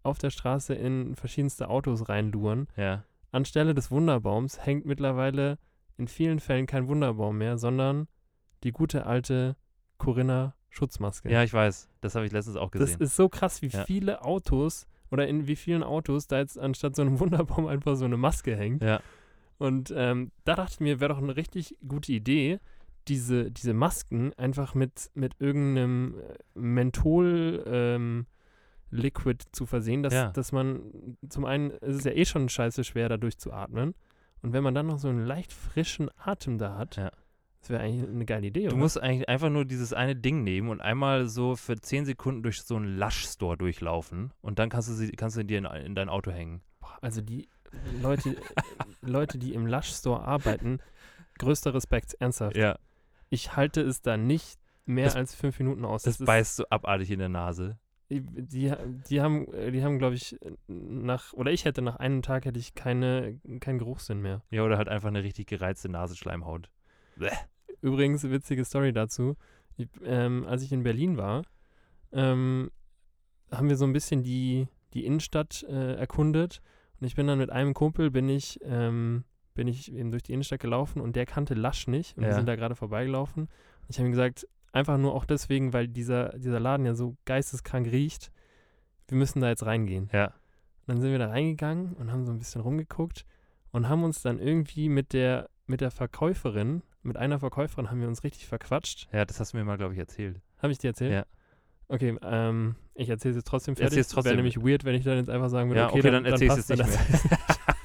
auf der Straße in verschiedenste Autos reinluren. Ja. Anstelle des Wunderbaums hängt mittlerweile in vielen Fällen kein Wunderbaum mehr, sondern die gute alte Corinna-Schutzmaske. Ja, ich weiß. Das habe ich letztens auch Das gesehen. ist so krass, wie Ja. viele Autos oder in wie vielen Autos da jetzt anstatt so einem Wunderbaum einfach so eine Maske hängt. Ja. Und ähm, da dachte ich mir, wäre doch eine richtig gute Idee, diese, diese Masken einfach mit, mit irgendeinem äh, Menthol ähm, Liquid zu versehen, dass, Ja. dass man, zum einen ist es ja eh schon scheiße schwer, da durchzuatmen. Und wenn man dann noch so einen leicht frischen Atem da hat, Ja. das wäre eigentlich eine geile Idee, Du oder? musst eigentlich einfach nur dieses eine Ding nehmen und einmal so für zehn Sekunden durch so einen Lush-Store durchlaufen und dann kannst du sie, kannst du dir in, in dein Auto hängen. Boah, also die Leute, Leute, die im Lush Store arbeiten, größter Respekt, ernsthaft. Ja. Ich halte es da nicht mehr Das- als fünf Minuten aus. Das ist- beißt so abartig in der Nase. Die, die, die haben, die haben glaube ich, nach, oder ich hätte nach einem Tag hätte ich keine, keinen Geruchssinn mehr. Ja, oder halt einfach eine richtig gereizte Nasenschleimhaut. Übrigens, witzige Story dazu. Ich, ähm, als ich in Berlin war, ähm, haben wir so ein bisschen die, die Innenstadt äh, erkundet. Und ich bin dann mit einem Kumpel, bin ich, ähm, bin ich eben durch die Innenstadt gelaufen und der kannte Lush nicht. Und wir Ja. sind da gerade vorbeigelaufen. Und ich habe ihm gesagt, einfach nur auch deswegen, weil dieser, dieser Laden ja so geisteskrank riecht, wir müssen da jetzt reingehen. Ja. Und dann sind wir da reingegangen und haben so ein bisschen rumgeguckt und haben uns dann irgendwie mit der, mit der Verkäuferin, mit einer Verkäuferin haben wir uns richtig verquatscht. Ja, das hast du mir mal, glaube ich, erzählt. Habe ich dir erzählt? Ja. Okay, ähm, ich erzähle es jetzt trotzdem fertig. Erzähl's trotzdem. Wäre nämlich weird, wenn ich dann jetzt einfach sagen würde, Ja, okay, okay, dann erzähl ich es passt, jetzt dann nicht erzähl ich's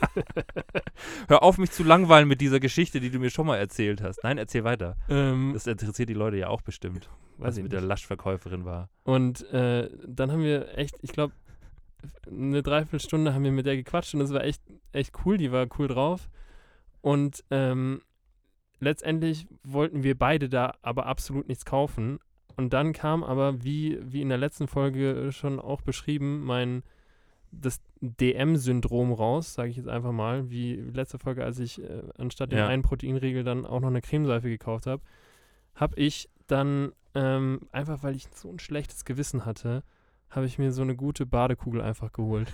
Hör auf, mich zu langweilen mit dieser Geschichte, die du mir schon mal erzählt hast. Nein, erzähl weiter. ähm, Das interessiert die Leute ja auch bestimmt, weiß was ich mit nicht. der Lush-Verkäuferin war. Und äh, dann haben wir echt, ich glaube, eine Dreiviertelstunde haben wir mit der gequatscht und das war echt, echt cool, die war cool drauf. Und ähm, letztendlich wollten wir beide da aber absolut nichts kaufen. Und dann kam aber, wie, wie in der letzten Folge schon auch beschrieben, mein das D M-Syndrom raus, sage ich jetzt einfach mal, wie letzte Folge, als ich äh, anstatt dem Ja. einen Proteinriegel dann auch noch eine Cremeseife gekauft habe, habe ich dann ähm, einfach, weil ich so ein schlechtes Gewissen hatte, habe ich mir so eine gute Badekugel einfach geholt.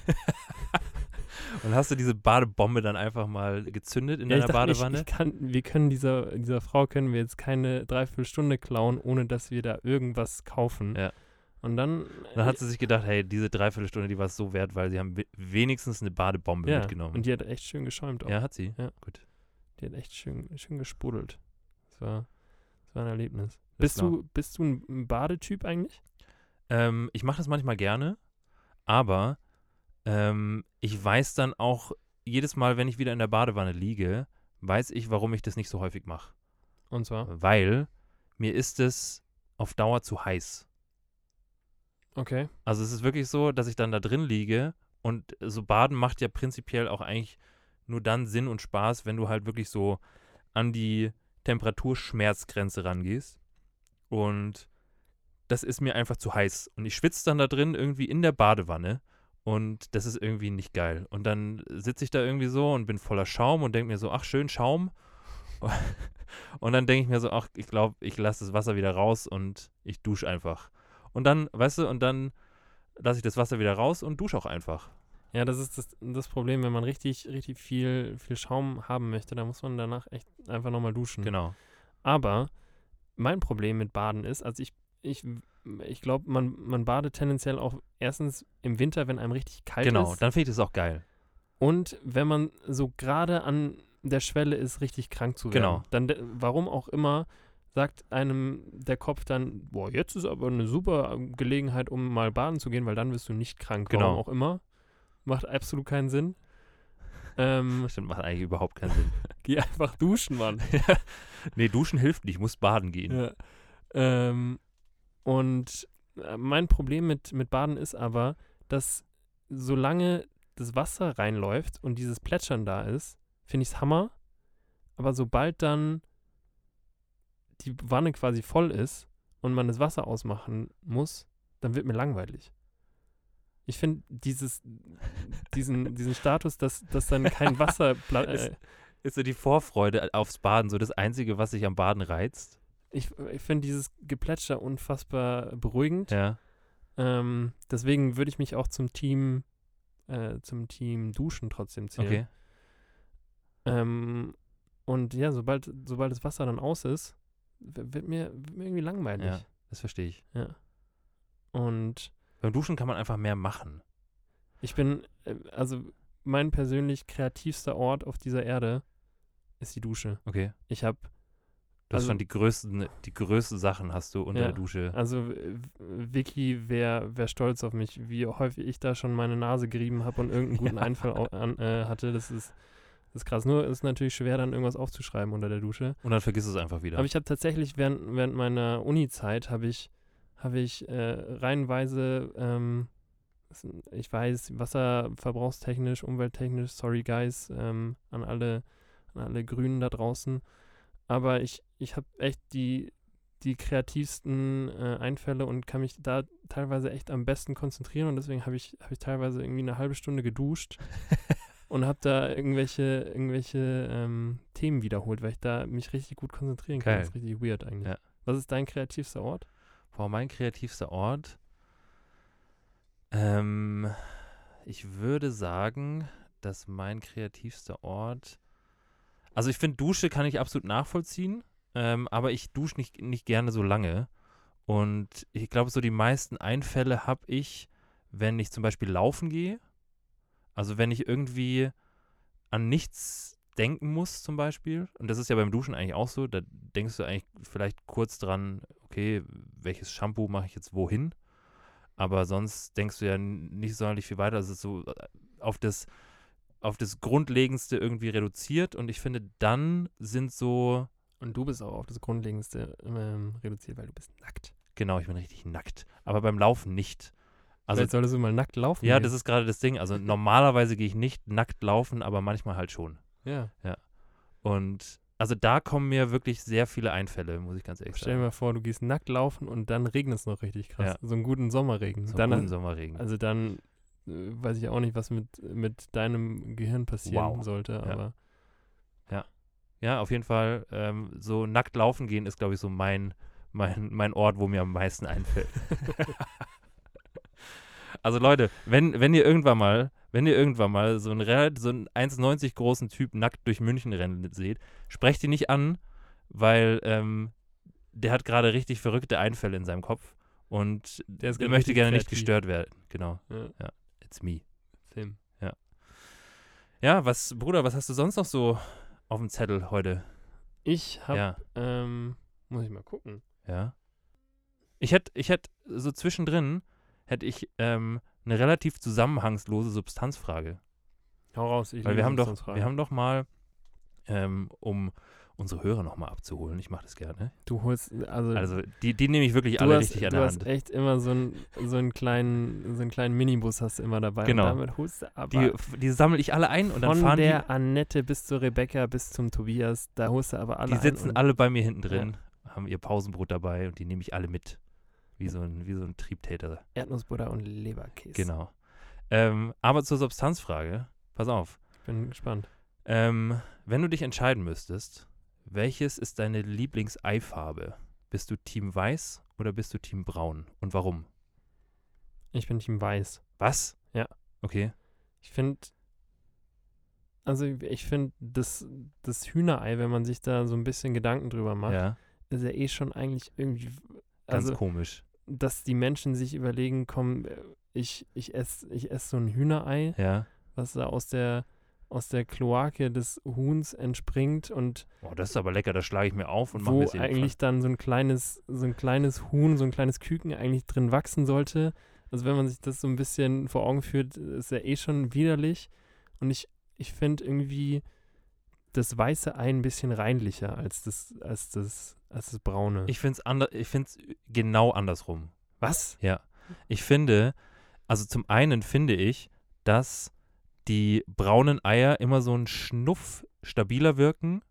Und hast du diese Badebombe dann einfach mal gezündet in Ja, ich deiner dachte, ich, Badewanne? ich kann, wir können dieser, dieser Frau können wir jetzt keine Dreiviertelstunde klauen, ohne dass wir da irgendwas kaufen. Ja. Und dann, Dann hat sie sich gedacht, hey, diese Dreiviertelstunde, die war es so wert, weil sie haben we- wenigstens eine Badebombe ja, mitgenommen. und die hat echt schön geschäumt auch. Ja, hat sie? Ja. Gut. Die hat echt schön, schön gesprudelt. Das war, das war ein Erlebnis. Das Bist glaub- du, bist du ein ein Badetyp eigentlich? Ähm, ich mache das manchmal gerne, aber ähm, ich weiß dann auch, jedes Mal, wenn ich wieder in der Badewanne liege, weiß ich, warum ich das nicht so häufig mache. Und zwar? Weil mir ist es auf Dauer zu heiß. Okay. Also es ist wirklich so, dass ich dann da drin liege und so Baden macht ja prinzipiell auch eigentlich nur dann Sinn und Spaß, wenn du halt wirklich so an die Temperaturschmerzgrenze rangehst. Und das ist mir einfach zu heiß. Und ich schwitze dann da drin irgendwie in der Badewanne und das ist irgendwie nicht geil. Und dann sitze ich da irgendwie so und bin voller Schaum und denke mir so, ach schön, Schaum. Und dann denke ich mir so, ach, ich glaube, ich lasse das Wasser wieder raus und ich dusche einfach. Und dann, weißt du, und dann lasse ich das Wasser wieder raus und dusche auch einfach. Ja, das ist das, das Problem, wenn man richtig, richtig viel, viel Schaum haben möchte, dann muss man danach echt einfach nochmal duschen. Genau. Aber mein Problem mit Baden ist, also ich, ich, ich glaube, man, man badet tendenziell auch erstens im Winter, wenn einem richtig kalt Genau, ist. dann finde ich das auch geil. Und wenn man so gerade an der Schwelle ist, richtig krank zu werden. Genau. Dann, de- warum auch immer, sagt einem der Kopf dann, boah, jetzt ist aber eine super Gelegenheit, um mal baden zu gehen, weil dann wirst du nicht krank. Genau. Warum auch immer. Macht absolut keinen Sinn. Ähm, Das macht eigentlich überhaupt keinen Sinn. geh einfach duschen, Mann. Nee, duschen hilft nicht, ich muss baden gehen. Ja. Ähm, und äh, mein Problem mit, mit Baden ist aber, dass solange das Wasser reinläuft und dieses Plätschern da ist, finde ich es Hammer. Aber sobald dann die Wanne quasi voll ist und man das Wasser ausmachen muss, dann wird mir langweilig. Ich finde dieses, diesen, diesen Status, dass, dass dann kein Wasser... pla- äh, Ist- Ist so die Vorfreude aufs Baden so das Einzige, was sich am Baden reizt? ich ich finde dieses Geplätscher unfassbar beruhigend. Ja. Ähm, deswegen würde ich mich auch zum Team äh, zum Team Duschen trotzdem zählen. Okay. Ähm, und ja, sobald, sobald das Wasser dann aus ist, w- wird mir, wird mir irgendwie langweilig. Ja, das verstehe ich. Ja. Und Beim Duschen kann man einfach mehr machen. ich bin, äh, also mein persönlich kreativster Ort auf dieser Erde ist die Dusche. Okay. Ich habe, Du hast Also- schon die größten, die größten Sachen hast du unter Ja. der Dusche. also äh, Vicky wäre wär stolz auf mich, wie häufig ich da schon meine Nase gerieben habe und irgendeinen guten Ja. Einfall au- an, äh, hatte. Das ist, das ist krass. Nur ist natürlich schwer, dann irgendwas aufzuschreiben unter der Dusche. Und dann vergiss es einfach wieder. Aber ich habe tatsächlich während, während meiner Uni-Zeit habe ich, habe ich äh, reihenweise, ähm, s- ich weiß, wasserverbrauchstechnisch, umwelttechnisch, sorry guys, ähm, an alle, an alle Grünen da draußen. Aber ich, ich habe echt die, die kreativsten äh, Einfälle und kann mich da teilweise echt am besten konzentrieren und deswegen habe ich, habe ich teilweise irgendwie eine halbe Stunde geduscht und habe da irgendwelche, irgendwelche ähm, Themen wiederholt, weil ich da mich richtig gut konzentrieren kann. Geil. Das ist richtig weird eigentlich. Ja. Was ist dein kreativster Ort? Boah, mein kreativster Ort. Ähm, ich würde sagen, dass mein kreativster Ort. Also ich finde, Dusche kann ich absolut nachvollziehen, ähm, aber ich dusche nicht, nicht gerne so lange. Und ich glaube, so die meisten Einfälle habe ich, wenn ich zum Beispiel laufen gehe. Also wenn ich irgendwie an nichts denken muss zum Beispiel. Und das ist ja beim Duschen eigentlich auch so. Da denkst du eigentlich vielleicht kurz dran, okay, welches Shampoo mache ich jetzt wohin? Aber sonst denkst du ja n- nicht sonderlich viel weiter. Es ist so äh, auf das, auf das Grundlegendste irgendwie reduziert. Und ich finde, dann sind so, Und du bist auch auf das Grundlegendste ähm, reduziert, weil du bist nackt. genau, ich bin richtig nackt. Aber beim Laufen nicht. Also Vielleicht solltest du mal nackt laufen ja, gehen. das ist gerade das Ding. Also normalerweise gehe ich nicht nackt laufen, aber manchmal halt schon. Ja. Und also da kommen mir wirklich sehr viele Einfälle, muss ich ganz ehrlich Stell dir sagen. mal vor, du gehst nackt laufen und dann regnet es noch richtig krass. So einen guten Sommerregen. So dann, einen guten Sommerregen. Also dann äh, weiß ich auch nicht, was mit, mit deinem Gehirn passieren Wow. sollte, Ja. aber Ja, auf jeden Fall. Ähm, so nackt laufen gehen ist, glaube ich, so mein, mein, mein Ort, wo mir am meisten einfällt. Also Leute, wenn, wenn ihr irgendwann mal, wenn ihr irgendwann mal so einen, rel- so einen eins neunzig großen Typ nackt durch München rennen seht, sprecht ihn nicht an, weil ähm, der hat gerade richtig verrückte Einfälle in seinem Kopf und Der ist der gerade möchte richtig gerne nicht kreativ. gestört werden. Genau, ja, it's me. Tim. Ja, was, Bruder, was hast du sonst noch so auf dem Zettel heute? Ich habe, Ja, ähm, muss ich mal gucken. ja. Ich hätte, ich hätte so zwischendrin, hätte ich ähm, eine relativ zusammenhangslose Substanzfrage. Hau raus. Ich Weil liebe wir haben doch, Substanzfragen. wir haben doch mal, ähm, um unsere Hörer nochmal abzuholen, ich mache das gerne. Du holst, also, Also die, die nehme ich wirklich du alle hast, richtig an du der hast Hand. echt immer so einen, so einen kleinen, so einen kleinen Minibus hast du immer dabei. Genau. Und damit holst du aber Die, die sammle ich alle ein und dann von fahren die, der Annette bis zur Rebecca bis zum Tobias, da holst du aber alle die sitzen ein und alle bei mir hinten drin, haben ihr Pausenbrot dabei und die nehme ich alle mit. Wie so ein, wie so ein Triebtäter. Erdnussbutter und Leberkäse. Genau. Ähm, aber zur Substanzfrage, pass auf. Ich bin gespannt. Ähm, wenn du dich entscheiden müsstest, welches ist deine Lieblingseifarbe? Bist du Team Weiß oder bist du Team Braun? Und warum? Ich bin Team Weiß. Was? Ja. Okay. Ich finde, also ich finde, das, das Hühnerei, wenn man sich da so ein bisschen Gedanken drüber macht, Ja, ist ja eh schon eigentlich irgendwie, ganz also, komisch. dass die Menschen sich überlegen, komm, ich, ich esse ich ess so ein Hühnerei, Ja. was da aus der, aus der Kloake des Huhns entspringt und Oh, das ist aber lecker, das schlage ich mir auf und mache mir wo es in die eigentlich dann so ein kleines, so ein kleines Huhn, so ein kleines Küken eigentlich drin wachsen sollte. Also wenn man sich das so ein bisschen vor Augen führt, ist ja eh schon widerlich. Und ich, ich finde irgendwie das weiße Ei ein bisschen reinlicher als das, als das, als das braune. Ich finde es ander- ich find's genau andersrum. Was? Ja. Ich finde, also zum einen finde ich, dass die braunen Eier immer so einen Schnuff stabiler wirken.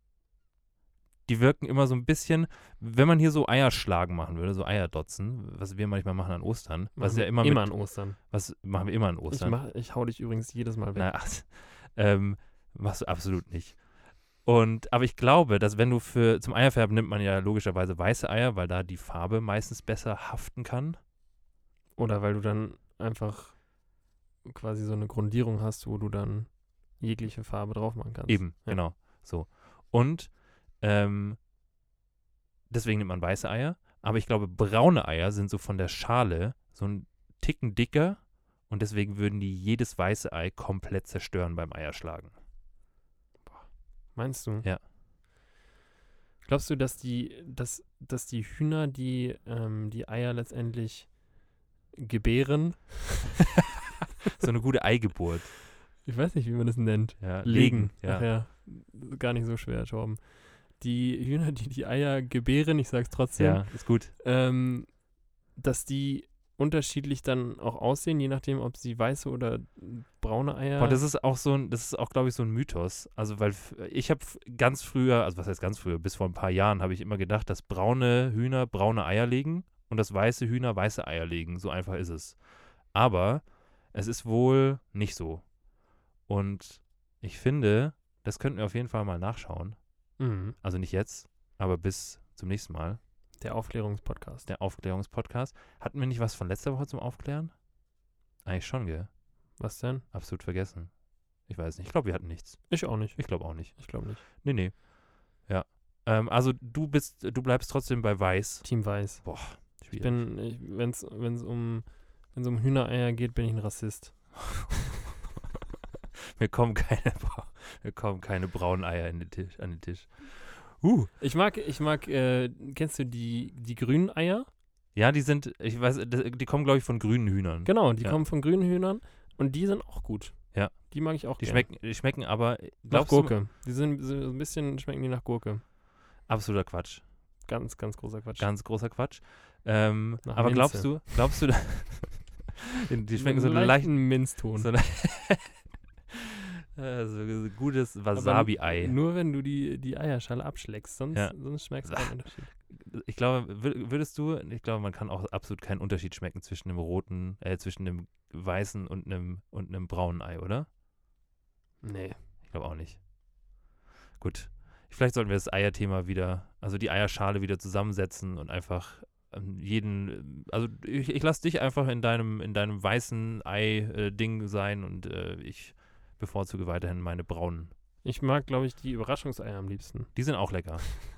Die wirken immer so ein bisschen, wenn man hier so Eierschlagen machen würde, so Eierdotzen, was wir manchmal machen an Ostern, was Machen ja immer, immer mit, an Ostern. was machen wir immer an Ich, Ostern. mach, ich hau dich übrigens jedes Mal weg. Na, ach, ähm, machst du absolut nicht. Und, aber ich glaube, dass wenn du für, zum Eierfärben nimmt man ja logischerweise weiße Eier, weil da die Farbe meistens besser haften kann. Oder weil du dann einfach quasi so eine Grundierung hast, wo du dann jegliche Farbe drauf machen kannst. Eben, Ja. genau. So. Und ähm, deswegen nimmt man weiße Eier. Aber ich glaube, braune Eier sind so von der Schale so ein Ticken dicker und deswegen würden die jedes weiße Ei komplett zerstören beim Eierschlagen. Meinst du? Ja. Glaubst du, dass die, dass, dass die Hühner, die ähm, die Eier letztendlich gebären, So eine gute Eigeburt. ich weiß nicht, wie man das nennt, Ja, legen. Ja. Ach ja, gar nicht so schwer, Torben. Die Hühner, die die Eier gebären, ich sag's trotzdem, ja, ist gut. ähm, dass die unterschiedlich dann auch aussehen, je nachdem, ob sie weiße oder braune Eier. Boah, das ist auch so ein, das ist auch, glaube ich, so ein Mythos. Also, weil f- ich habe ganz früher, also was heißt ganz früher, bis vor ein paar Jahren habe ich immer gedacht, dass braune Hühner braune Eier legen und dass weiße Hühner weiße Eier legen. So einfach ist es. Aber es ist wohl nicht so. Und ich finde, das könnten wir auf jeden Fall mal nachschauen. Mhm. Also nicht jetzt, aber bis zum nächsten Mal. Der Aufklärungspodcast. Der Aufklärungspodcast. Hatten wir nicht was von letzter Woche zum Aufklären? Eigentlich schon, gell? Was denn? Absolut vergessen. Ich weiß nicht. Ich glaube, wir hatten nichts. Ich auch nicht. Ich glaube auch nicht. Ich glaube nicht. Nee, nee. Ja. Ähm, also du bist, du bleibst trotzdem bei Weiß. Team Weiß. Boah, Ich schwierig. bin, ich, wenn's, wenn's um, wenn's um Hühnereier geht, bin ich ein Rassist. mir kommen keine, Bra- mir kommen keine braunen Eier in den Tisch, an den Tisch. Uh. Ich mag, ich mag, äh, kennst du die, die grünen Eier? Ja, die sind, ich weiß, die die kommen, glaube ich, von grünen Hühnern. Genau, die Ja. kommen von grünen Hühnern und die sind auch gut. Ja. Die mag ich auch Die gern. schmecken, die schmecken aber, nach glaubst Gurke. Die sind so ein bisschen, schmecken die nach Gurke. du, absoluter Quatsch. Ganz, ganz großer Quatsch. Ganz großer Quatsch. Ähm, Nach aber Minze. glaubst du, glaubst du, die schmecken so einen einen leichten, Minzton. so, äh, so ein gutes Aber Wasabi-Ei. Nur wenn du die, die Eierschale abschlägst, sonst, Ja. sonst schmeckst du keinen Unterschied. Ich glaube, wür- würdest du, ich glaube, man kann auch absolut keinen Unterschied schmecken zwischen einem roten, äh, zwischen einem weißen und einem, und einem braunen Ei, oder? Nee. Ich glaube auch nicht. Gut. Vielleicht sollten wir das Eierthema wieder, also die Eierschale wieder zusammensetzen und einfach ähm, jeden, also ich, ich lasse dich einfach in deinem, in deinem weißen Ei-Ding sein und äh, ich bevorzuge weiterhin meine braunen. Ich mag, glaube ich, die Überraschungseier am liebsten. Die sind auch lecker.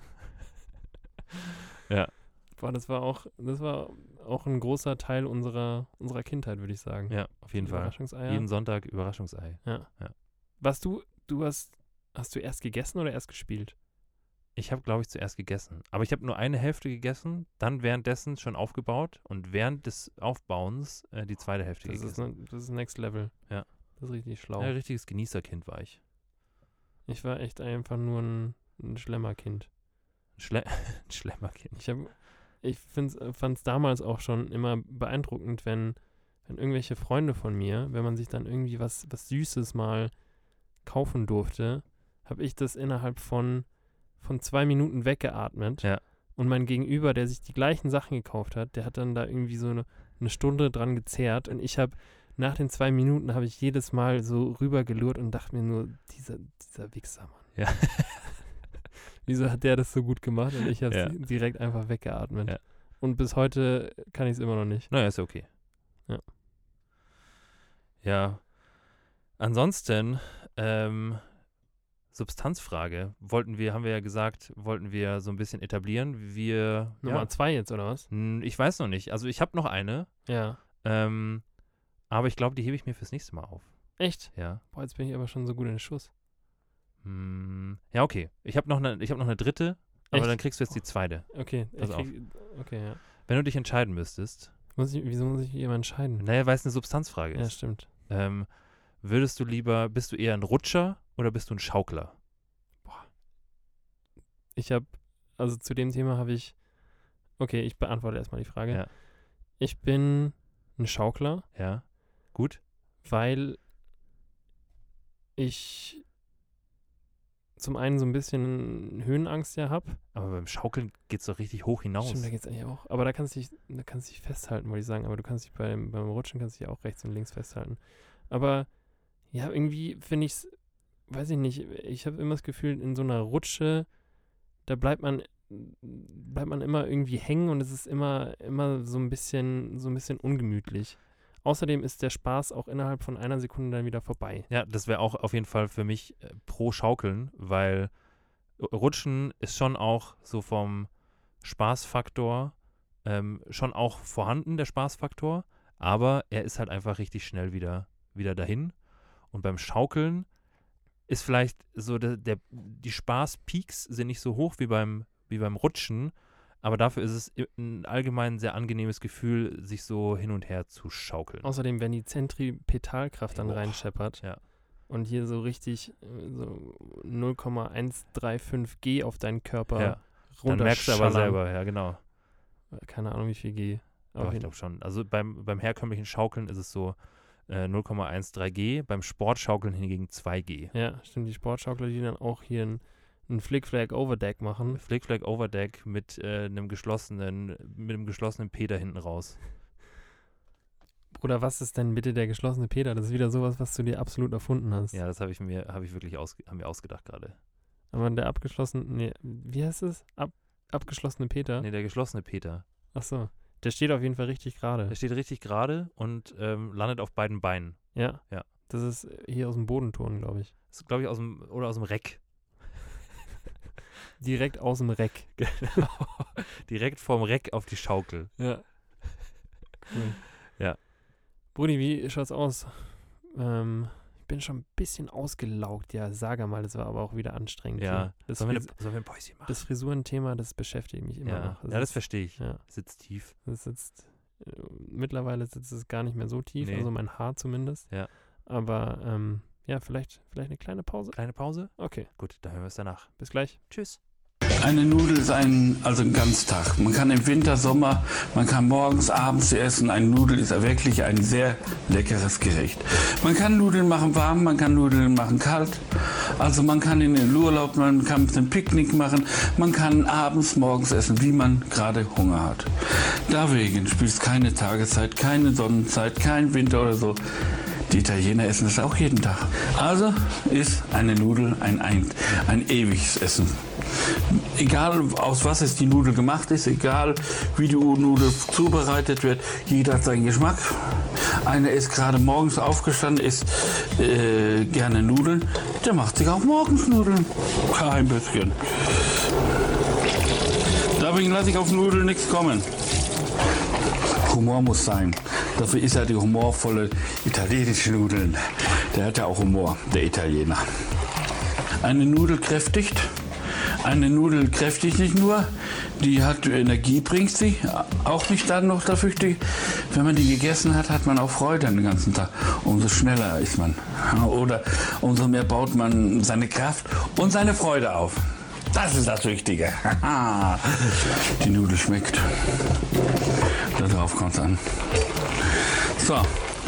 Boah, das war auch, das war auch ein großer Teil unserer, unserer Kindheit, würde ich sagen. Ja, auf jeden Die Fall. Überraschungseier. Jeden Sonntag Überraschungsei. Ja. Ja. Was du, du hast, hast du erst gegessen oder erst gespielt? Ich habe, glaube ich, zuerst gegessen. Aber ich habe nur eine Hälfte gegessen, dann währenddessen schon aufgebaut und während des Aufbauens äh, die zweite Hälfte Das ist, gegessen. ne, das ist Next Level. Ja. Das ist richtig schlau. Ja, richtiges Genießerkind war ich. Ich war echt einfach nur ein, ein Schlemmerkind. Ein, Schle ein Schlemmerkind. Ich habe, ich fand es damals auch schon immer beeindruckend, wenn, wenn irgendwelche Freunde von mir, wenn man sich dann irgendwie was, was Süßes mal kaufen durfte, habe ich das innerhalb von, von zwei Minuten weggeatmet. Ja. Und mein Gegenüber, der sich die gleichen Sachen gekauft hat, der hat dann da irgendwie so eine, eine Stunde dran gezehrt. Und ich habe nach den zwei Minuten habe ich jedes Mal so rübergelurrt und dachte mir nur, dieser, dieser Wichser, Mann. Ja. Wieso hat der das so gut gemacht und ich habe es Ja. direkt einfach weggeatmet. Ja. Und bis heute kann ich es immer noch nicht. Naja, ist ja okay. Ja. Ja. Ansonsten, ähm, Substanzfrage. Wollten wir, haben wir ja gesagt, wollten wir so ein bisschen etablieren. Wir, Nummer ja, zwei jetzt, oder was? Hm, ich weiß noch nicht. Also ich habe noch eine, Ja. ähm, aber ich glaube, die hebe ich mir fürs nächste Mal auf. Echt? Ja. Boah, jetzt bin ich aber schon so gut in den Schuss. Hm, ja, okay. Ich habe noch eine, ich habe noch eine dritte, aber Echt? dann kriegst du jetzt die zweite. Okay. Pass ich krieg, okay, ja. Wenn du dich entscheiden müsstest, Muss ich, wieso muss ich mich immer entscheiden? naja, weil es eine Substanzfrage Ja, ist. stimmt. Ähm, würdest du lieber, bist du eher ein Rutscher oder bist du ein Schaukler? Ich habe, also zu dem Thema habe ich, okay, ich beantworte erstmal die Frage. Ja. Ich bin ein Schaukler, Ja. Gut? weil ich zum einen so ein bisschen Höhenangst ja habe. Aber beim Schaukeln geht es doch richtig hoch hinaus. Stimmt, da geht's eigentlich auch. Aber da kannst du dich, da kannst du dich festhalten, wollte ich sagen. Aber du kannst dich beim, beim Rutschen kannst du dich auch rechts und links festhalten. Aber ja, irgendwie finde ich es, weiß ich nicht, ich habe immer das Gefühl, in so einer Rutsche, da bleibt man, bleibt man immer irgendwie hängen und es ist immer, immer so ein bisschen, so ein bisschen ungemütlich. außerdem ist der Spaß auch innerhalb von einer Sekunde dann wieder vorbei. Ja, das wäre auch auf jeden Fall für mich äh, pro Schaukeln, weil Rutschen ist schon auch so vom Spaßfaktor ähm, schon auch vorhanden, der Spaßfaktor, aber er ist halt einfach richtig schnell wieder, wieder dahin. Und beim Schaukeln ist vielleicht so, der, der, die Spaßpeaks sind nicht so hoch wie beim, wie beim Rutschen, aber dafür ist es ein allgemein sehr angenehmes Gefühl, sich so hin und her zu schaukeln. Außerdem, wenn die Zentripetalkraft dann Oh, reinscheppert ja. und hier so richtig äh, so null Komma eins drei fünf G auf deinen Körper Ja. Dann merkst du aber runterschallern. selber, ja genau. Keine Ahnung, wie viel G. Aber Auf ich jeden- glaube schon. Also beim, beim herkömmlichen Schaukeln ist es so äh, null Komma eins drei G, beim Sportschaukeln hingegen zwei G. Ja, stimmt. Die Sportschaukler, die dann auch hier ein, ein Flick-Flag-Overdeck machen. Flick-Flag Overdeck mit äh, einem geschlossenen, mit einem geschlossenen Peter hinten raus. Bruder, was ist denn bitte der geschlossene Peter? Das ist wieder sowas, was du dir absolut erfunden hast. Ja, das habe ich mir, habe ich wirklich aus, haben wir ausgedacht gerade. Aber der abgeschlossene, nee, wie heißt es? Ab, abgeschlossene Peter? Nee, der geschlossene Peter. Ach so. Der steht auf jeden Fall richtig gerade. Der steht richtig gerade und ähm, landet auf beiden Beinen. Ja. Ja. Das ist hier aus dem Bodenton, glaube ich. Das ist, glaube ich, aus dem, oder aus dem Reck. Direkt aus dem Reck. Genau. Direkt vom Reck auf die Schaukel. Ja. Cool. Ja. Brudi, wie schaut's aus? Ähm, ich bin schon ein bisschen ausgelaugt. Ja, sag mal, das war aber auch wieder anstrengend. Ja. hier. Das, Sollen wir, Fris eine, sollen wir ein Päuschen machen? das Frisurenthema, das beschäftigt mich immer ja. noch. ja, das ist- verstehe ich. Ja, Sitzt tief. das sitzt, äh, mittlerweile sitzt es gar nicht mehr so tief, Nee. also mein Haar zumindest. Ja. Aber ähm, ja, vielleicht, vielleicht eine kleine Pause. Kleine Pause? Okay, Gut, dann hören wir es danach. bis gleich. Tschüss. Eine Nudel ist ein, also ein Ganztag. Man kann im Winter, Sommer, man kann morgens, abends sie essen. Eine Nudel ist wirklich ein sehr leckeres Gericht. Man kann Nudeln machen warm, man kann Nudeln machen kalt. Also man kann in den Urlaub, man kann ein Picknick machen, man kann abends, morgens essen, wie man gerade Hunger hat. Deswegen spielt es keine Tageszeit, keine Sonnenzeit, kein Winter oder so. Die Italiener essen es auch jeden Tag. Also ist eine Nudel ein, ein, ein ewiges Essen. Egal aus was es die Nudel gemacht ist, egal wie die Nudel zubereitet wird, jeder hat seinen Geschmack. Einer ist gerade morgens aufgestanden, isst äh, gerne Nudeln, der macht sich auch morgens Nudeln. Kein bisschen. Deswegen lasse ich auf Nudeln nichts kommen. Humor muss sein. Dafür ist er die humorvolle italienische Nudeln. Der hat ja auch Humor, der Italiener. Eine Nudel kräftigt. Eine Nudel kräftigt nicht nur, die hat Energie, bringt sie, auch nicht dann noch dafür. Wenn man die gegessen hat, hat man auch Freude den ganzen Tag. Umso schneller ist man. Oder umso mehr baut man seine Kraft und seine Freude auf. Das ist das Wichtige. Die Nudel schmeckt. Darauf kommt es an. So.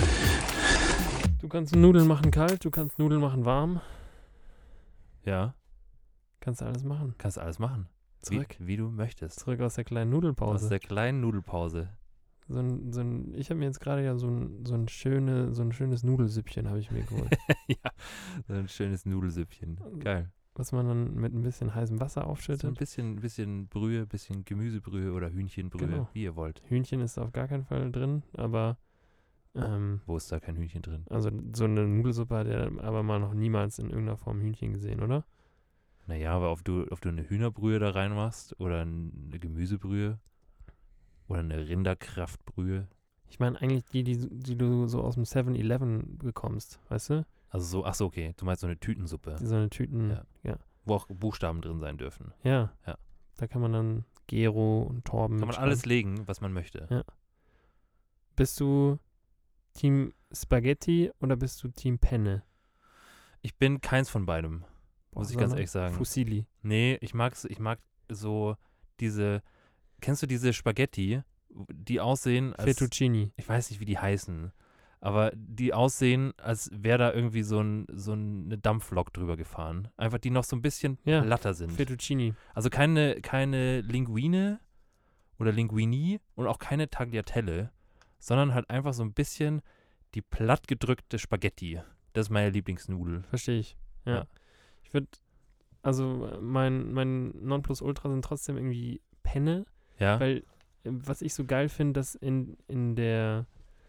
Du kannst Nudeln machen kalt, du kannst Nudeln machen warm. Ja, Kannst du alles machen. kannst alles machen. Zurück. Wie, wie du möchtest. Zurück aus der kleinen Aus Nudelpause. der kleinen Nudelpause. So ein, so ein, ich habe mir jetzt gerade ja so ein, so, ein schöne, so ein schönes Nudelsüppchen habe ich mir geholt. Ja, so ein schönes Nudelsüppchen. Geil. Was man dann mit ein bisschen heißem Wasser So ein aufschüttet. bisschen, bisschen Brühe, bisschen Gemüsebrühe oder Hühnchenbrühe, Genau. wie ihr wollt. Hühnchen ist auf gar keinen Fall drin, aber ähm, Wo ist da kein Hühnchen drin? also so eine Nudelsuppe hat er aber mal noch niemals in irgendeiner Form Hühnchen gesehen, oder? Naja, aber ob du, ob du eine Hühnerbrühe da reinmachst oder eine Gemüsebrühe oder eine Rinderkraftbrühe. Ich meine eigentlich die, die, die du so aus dem seven eleven bekommst, weißt du? Also so, ach so, okay, du meinst so eine Tütensuppe, Die so eine Tüten, Ja. ja. wo auch Buchstaben drin sein dürfen. Ja. Ja. Da kann man dann Gero und Torben Kann man mitschreiben. alles legen, was man möchte. Ja. Bist du Team Spaghetti oder bist du Team Penne? Ich bin keins von beidem, muss ich ganz sondern ehrlich sagen. Fusilli. Nee, ich mag's, ich mag so diese, kennst du diese Spaghetti, die aussehen als, Fettuccini. ich weiß nicht, wie die heißen, aber die aussehen, als wäre da irgendwie so, ein, so eine Dampflok drüber gefahren. Einfach die noch so ein bisschen Ja, platter sind. Fettuccini. Also keine, keine Linguine oder Linguini und auch keine Tagliatelle, sondern halt einfach so ein bisschen die plattgedrückte Spaghetti. Das ist meine Lieblingsnudel. Verstehe ich. Ja. Ja. Ich würde, also mein, mein Nonplusultra sind trotzdem irgendwie Penne, Ja? weil äh, was ich so geil finde, dass in, in der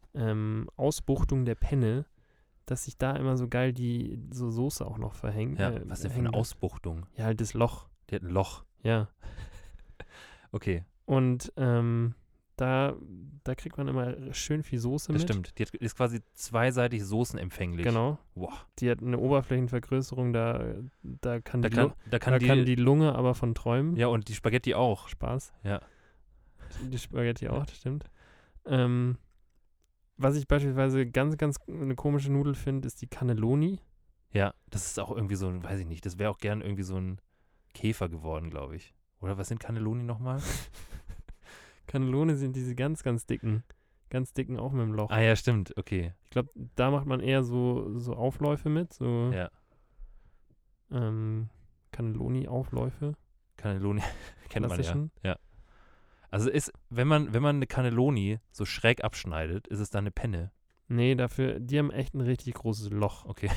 ähm, Ausbuchtung der Penne, dass sich da immer so geil die so Soße auch noch verhängt. Ja, äh, was denn für eine hängt. Ausbuchtung? Ja, halt das Loch. Die hat ein Loch. Ja. Okay, Und ähm, da, da kriegt man immer schön viel Soße das mit. stimmt. Die hat, ist quasi zweiseitig soßenempfänglich. Genau. Boah. Die hat eine Oberflächenvergrößerung, da, da, kann, Da die kann, Lu- da kann da die, kann die Lunge aber von träumen. ja, und die Spaghetti auch. Spaß. Ja. Die Spaghetti auch, das stimmt. Ähm, was ich beispielsweise ganz, ganz eine komische Nudel finde, ist die Cannelloni. Ja, das ist auch irgendwie so ein, weiß ich nicht, das wäre auch gern irgendwie so ein Käfer geworden, glaube ich. Oder was sind Cannelloni nochmal? Cannelloni sind diese ganz, ganz dicken. Ganz dicken auch mit dem Loch. Ah ja, stimmt, okay. Ich glaube, da macht man eher so, so Aufläufe mit, so Ja, ähm, Cannelloni-Aufläufe. Cannelloni kennt man ja. Klassischen. Ja. Also ist, wenn man, wenn man eine Cannelloni so schräg abschneidet, ist es dann eine Penne. Nee, dafür, die haben echt ein richtig großes Loch. Okay.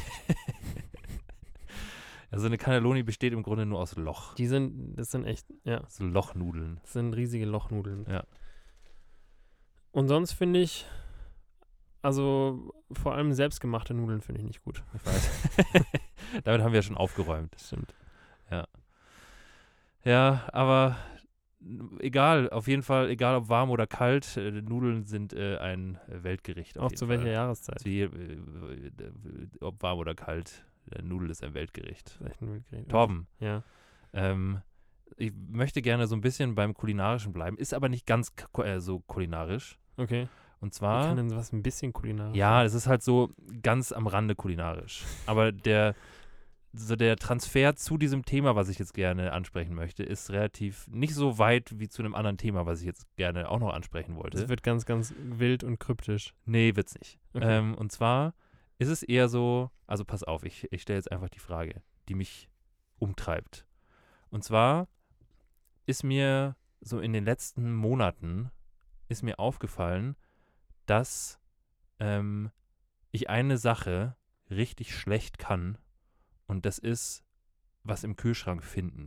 Also eine Cannelloni besteht im Grunde nur aus Loch. Die sind, das sind echt, ja, So Lochnudeln. das sind riesige Lochnudeln. Ja. Und sonst finde ich, also vor allem selbstgemachte Nudeln finde ich nicht gut. Ich weiß. Damit haben wir ja schon aufgeräumt. Das stimmt. Ja, aber egal, auf jeden Fall, egal ob warm oder kalt, äh, Nudeln sind äh, ein Weltgericht. Auf Auch jeden zu Fall. welcher Jahreszeit? Zu je, äh, äh, ob warm oder kalt, äh, Nudel ist ein Weltgericht. Das ist echt ein Weltgericht. Torben, Ja. ähm, ich möchte gerne so ein bisschen beim Kulinarischen bleiben, ist aber nicht ganz ku- äh, so kulinarisch. Okay. Und Wie zwar, kann denn sowas ein bisschen kulinarisch ja, sein? es ist halt so ganz am Rande kulinarisch. Aber der, so der Transfer zu diesem Thema, was ich jetzt gerne ansprechen möchte, ist relativ nicht so weit wie zu einem anderen Thema, was ich jetzt gerne auch noch ansprechen wollte. Das wird ganz, ganz wild und kryptisch. Nee, wird's nicht. Okay. Ähm, und zwar ist es eher so, also pass auf, ich, ich stelle jetzt einfach die Frage, die mich umtreibt. Und zwar ist mir so in den letzten Monaten ist mir aufgefallen, dass ähm, ich eine Sache richtig schlecht kann und das ist was im Kühlschrank finden.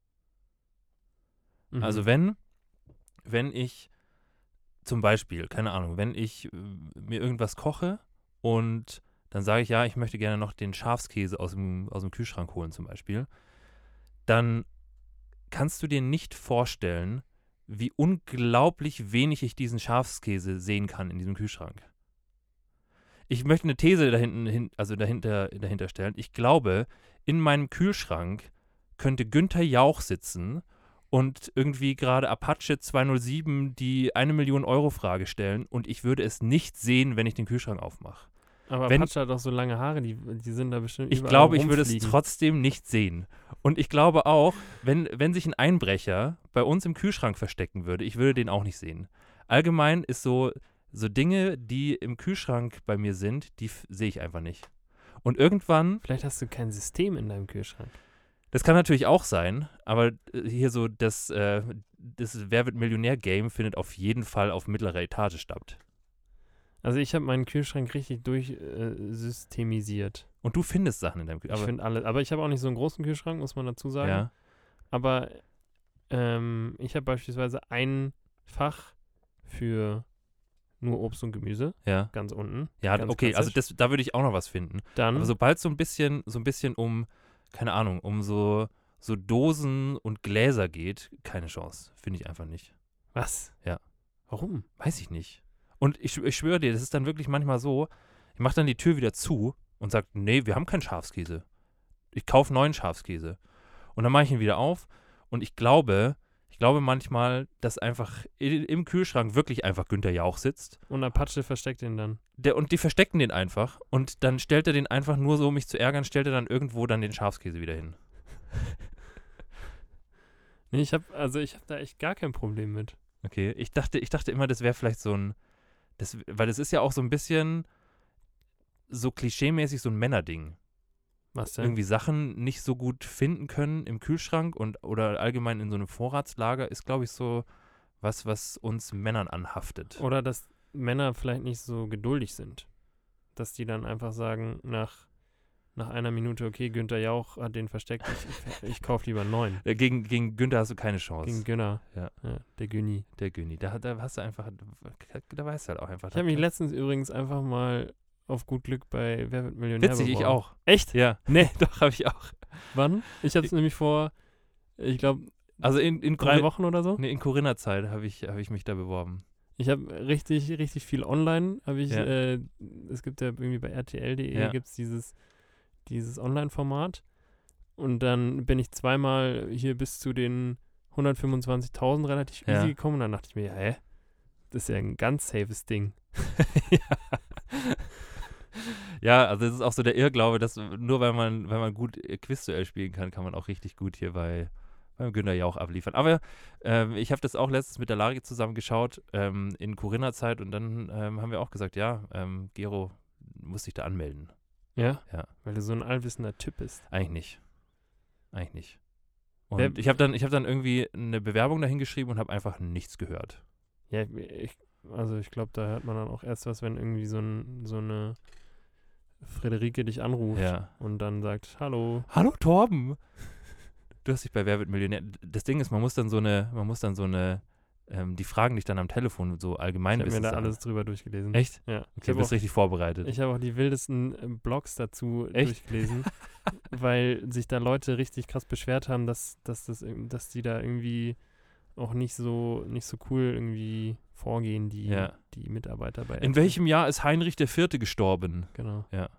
Mhm. Also wenn, wenn ich zum Beispiel, keine Ahnung, wenn ich äh, mir irgendwas koche und dann sage ich, ja, ich möchte gerne noch den Schafskäse aus dem, aus dem Kühlschrank holen zum Beispiel, dann kannst du dir nicht vorstellen, wie unglaublich wenig ich diesen Schafskäse sehen kann in diesem Kühlschrank. Ich möchte eine These dahinten, hin, also dahinter, dahinter stellen. Ich glaube, in meinem Kühlschrank könnte Günther Jauch sitzen und irgendwie gerade Apache zweihundertsieben die eine Million Euro Frage stellen und ich würde es nicht sehen, wenn ich den Kühlschrank aufmache. Aber wenn- Apache hat auch so lange Haare, die, die sind da bestimmt Ich überall glaube, ich würde es rumfliegen. trotzdem nicht sehen. Und ich glaube auch, wenn, wenn sich ein Einbrecher bei uns im Kühlschrank verstecken würde, ich würde den auch nicht sehen. Allgemein ist so, so Dinge, die im Kühlschrank bei mir sind, die f- sehe ich einfach nicht. Und irgendwann, Vielleicht hast du kein System in deinem Kühlschrank. das kann natürlich auch sein, aber äh, hier so das, äh, das Wer wird Millionär-Game findet auf jeden Fall auf mittlerer Etage statt. Also ich habe meinen Kühlschrank richtig durchsystemisiert. Und du findest Sachen in deinem Ich Kühlschrank. finde alle, aber ich habe auch nicht so einen großen Kühlschrank, muss man dazu sagen. Ja, Aber ähm, ich habe beispielsweise ein Fach für nur Obst und Gemüse, ja. ganz unten. Ja, Ganz okay, also klassisch. das, da würde ich auch noch was finden. Dann, Aber sobald so ein bisschen, so ein bisschen um, keine Ahnung, um so, so Dosen und Gläser geht, keine Chance. Finde ich einfach nicht. was? Ja. Warum? Weiß ich nicht. Und ich, ich schwöre dir, das ist dann wirklich manchmal so, ich mache dann die Tür wieder zu und sage, nee, wir haben keinen Schafskäse. Ich kaufe neuen Schafskäse. Und dann mache ich ihn wieder auf und ich glaube, ich glaube manchmal, dass einfach i- im Kühlschrank wirklich einfach Günther Jauch sitzt. Und Apache versteckt ihn dann. Der, und die verstecken den einfach und dann stellt er den einfach nur so, um mich zu ärgern, stellt er dann irgendwo dann den Schafskäse wieder hin. Nee, ich habe also ich habe da echt gar kein Problem mit. Okay, ich dachte, ich dachte immer, das wäre vielleicht so ein, das, weil es ist ja auch so ein bisschen so klischeemäßig so ein Männerding. Was denn? Irgendwie Sachen nicht so gut finden können im Kühlschrank und oder allgemein in so einem Vorratslager ist, glaube ich, so was, was uns Männern anhaftet. Oder dass Männer vielleicht nicht so geduldig sind. Dass die dann einfach sagen, nach, nach einer Minute, okay, Günther Jauch hat den versteckt, ich, ich kaufe lieber einen neuen. Äh, Gegen, gegen Günther hast du keine Chance. Gegen Günner, Ja. ja, der Günni. Der Güni. Da, da hast du einfach, da weißt du halt auch einfach. Ich habe mich letztens übrigens einfach mal auf gut Glück bei Wer wird Millionär Witzig, ich beworben. auch. Echt? Ja. Nee. Doch, habe ich auch. Wann? Ich habe es nämlich vor, ich glaube, Also in, in, drei Corin- Wochen oder so. nee, in Corinna-Zeit habe ich, hab ich mich da beworben. Ich habe richtig, richtig viel online, habe ich, Ja. äh, es gibt ja irgendwie bei R T L punkt de Ja. gibt es dieses, dieses Online-Format und dann bin ich zweimal hier bis zu den hundertfünfundzwanzigtausend relativ Ja. easy gekommen und dann dachte ich mir, ja, hä? Das ist ja ein ganz safes Ding. Ja, also es ist auch so der Irrglaube, dass nur weil man, weil man gut äh, Quizduell spielen kann, kann man auch richtig gut hier bei beim Günther Jauch abliefern. Aber ähm, ich habe das auch letztens mit der Lari zusammengeschaut ähm, in Corinna-Zeit und dann ähm, haben wir auch gesagt, ja, ähm, Gero muss sich da anmelden. Ja? Ja. Weil du so ein allwissender Typ bist. Eigentlich nicht. Eigentlich nicht. Und Wer- ich habe dann, ich hab dann irgendwie eine Bewerbung dahin geschrieben und habe einfach nichts gehört. Ja, ich, also ich glaube, da hört man dann auch erst was, wenn irgendwie so, ein, so eine Friederike dich anruft Ja. und dann sagt, hallo. Hallo Torben! Du hast dich bei Wer wird Millionär. Das Ding ist, man muss dann so eine, man muss dann so eine, ähm, die fragen dich dann am Telefon so allgemein. Ich habe mir da alles drüber durchgelesen. Echt? Ja. Okay, Ich du habe bist auch, richtig vorbereitet. ich hab auch die wildesten äh, Blogs dazu Echt? durchgelesen, weil sich da Leute richtig krass beschwert haben, dass, dass, das, irg- dass die da irgendwie auch nicht so, nicht so cool irgendwie vorgehen, die, Ja. die Mitarbeiter bei In R T L. welchem Jahr ist Heinrich der Vierte gestorben? Genau. Ja.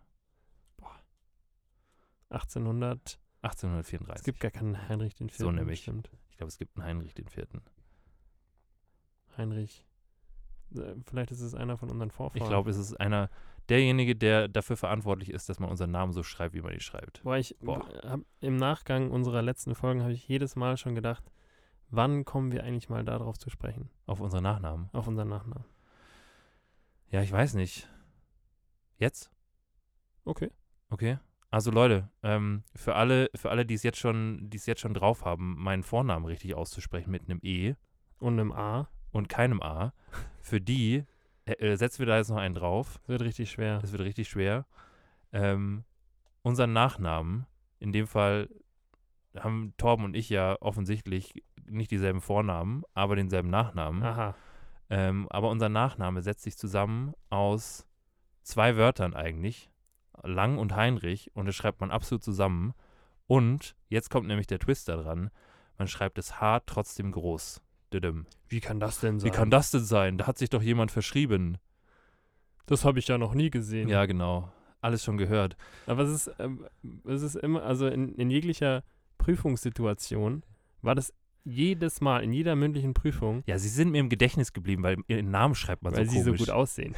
achtzehnhundert. Es achtzehnhundertvierunddreißig. gibt gar keinen Heinrich den Vierten. So nämlich. Stimmt. Ich glaube, es gibt einen Heinrich den Vierten. Heinrich. Äh, Vielleicht ist es einer von unseren Vorfahren. Ich glaube, es ist einer, derjenige, der dafür verantwortlich ist, dass man unseren Namen so schreibt, wie man ihn schreibt. Boah, ich Boah. hab im Nachgang unserer letzten Folgen habe ich jedes Mal schon gedacht, wann kommen wir eigentlich mal darauf zu sprechen? Auf unseren Nachnamen. Auf unseren Nachnamen. Ja, ich weiß nicht. Jetzt? Okay. Okay. Also Leute, ähm, für alle, für alle, die es jetzt schon, die es jetzt schon drauf haben, meinen Vornamen richtig auszusprechen mit einem E Und einem A. und keinem A, für die äh, äh, setzen wir da jetzt noch einen drauf. Das wird richtig schwer. Das wird richtig schwer. Ähm, unseren Nachnamen, in dem Fall haben Torben und ich ja offensichtlich nicht dieselben Vornamen, aber denselben Nachnamen. Aha. Ähm, aber unser Nachname setzt sich zusammen aus zwei Wörtern eigentlich, Lang und Heinrich, und das schreibt man absolut zusammen. Und jetzt kommt nämlich der Twist da dran, man schreibt das H trotzdem groß. Düdüm. Wie kann das denn sein? Wie kann das denn sein? Da hat sich doch jemand verschrieben. Das habe ich ja noch nie gesehen. Ja, genau. Alles schon gehört. Aber es ist, ähm, es ist immer, also in, in jeglicher Prüfungssituation war das jedes Mal, in jeder mündlichen Prüfung, Ja, sie sind mir im Gedächtnis geblieben, weil ihren Namen schreibt man weil so sie komisch. so gut aussehen.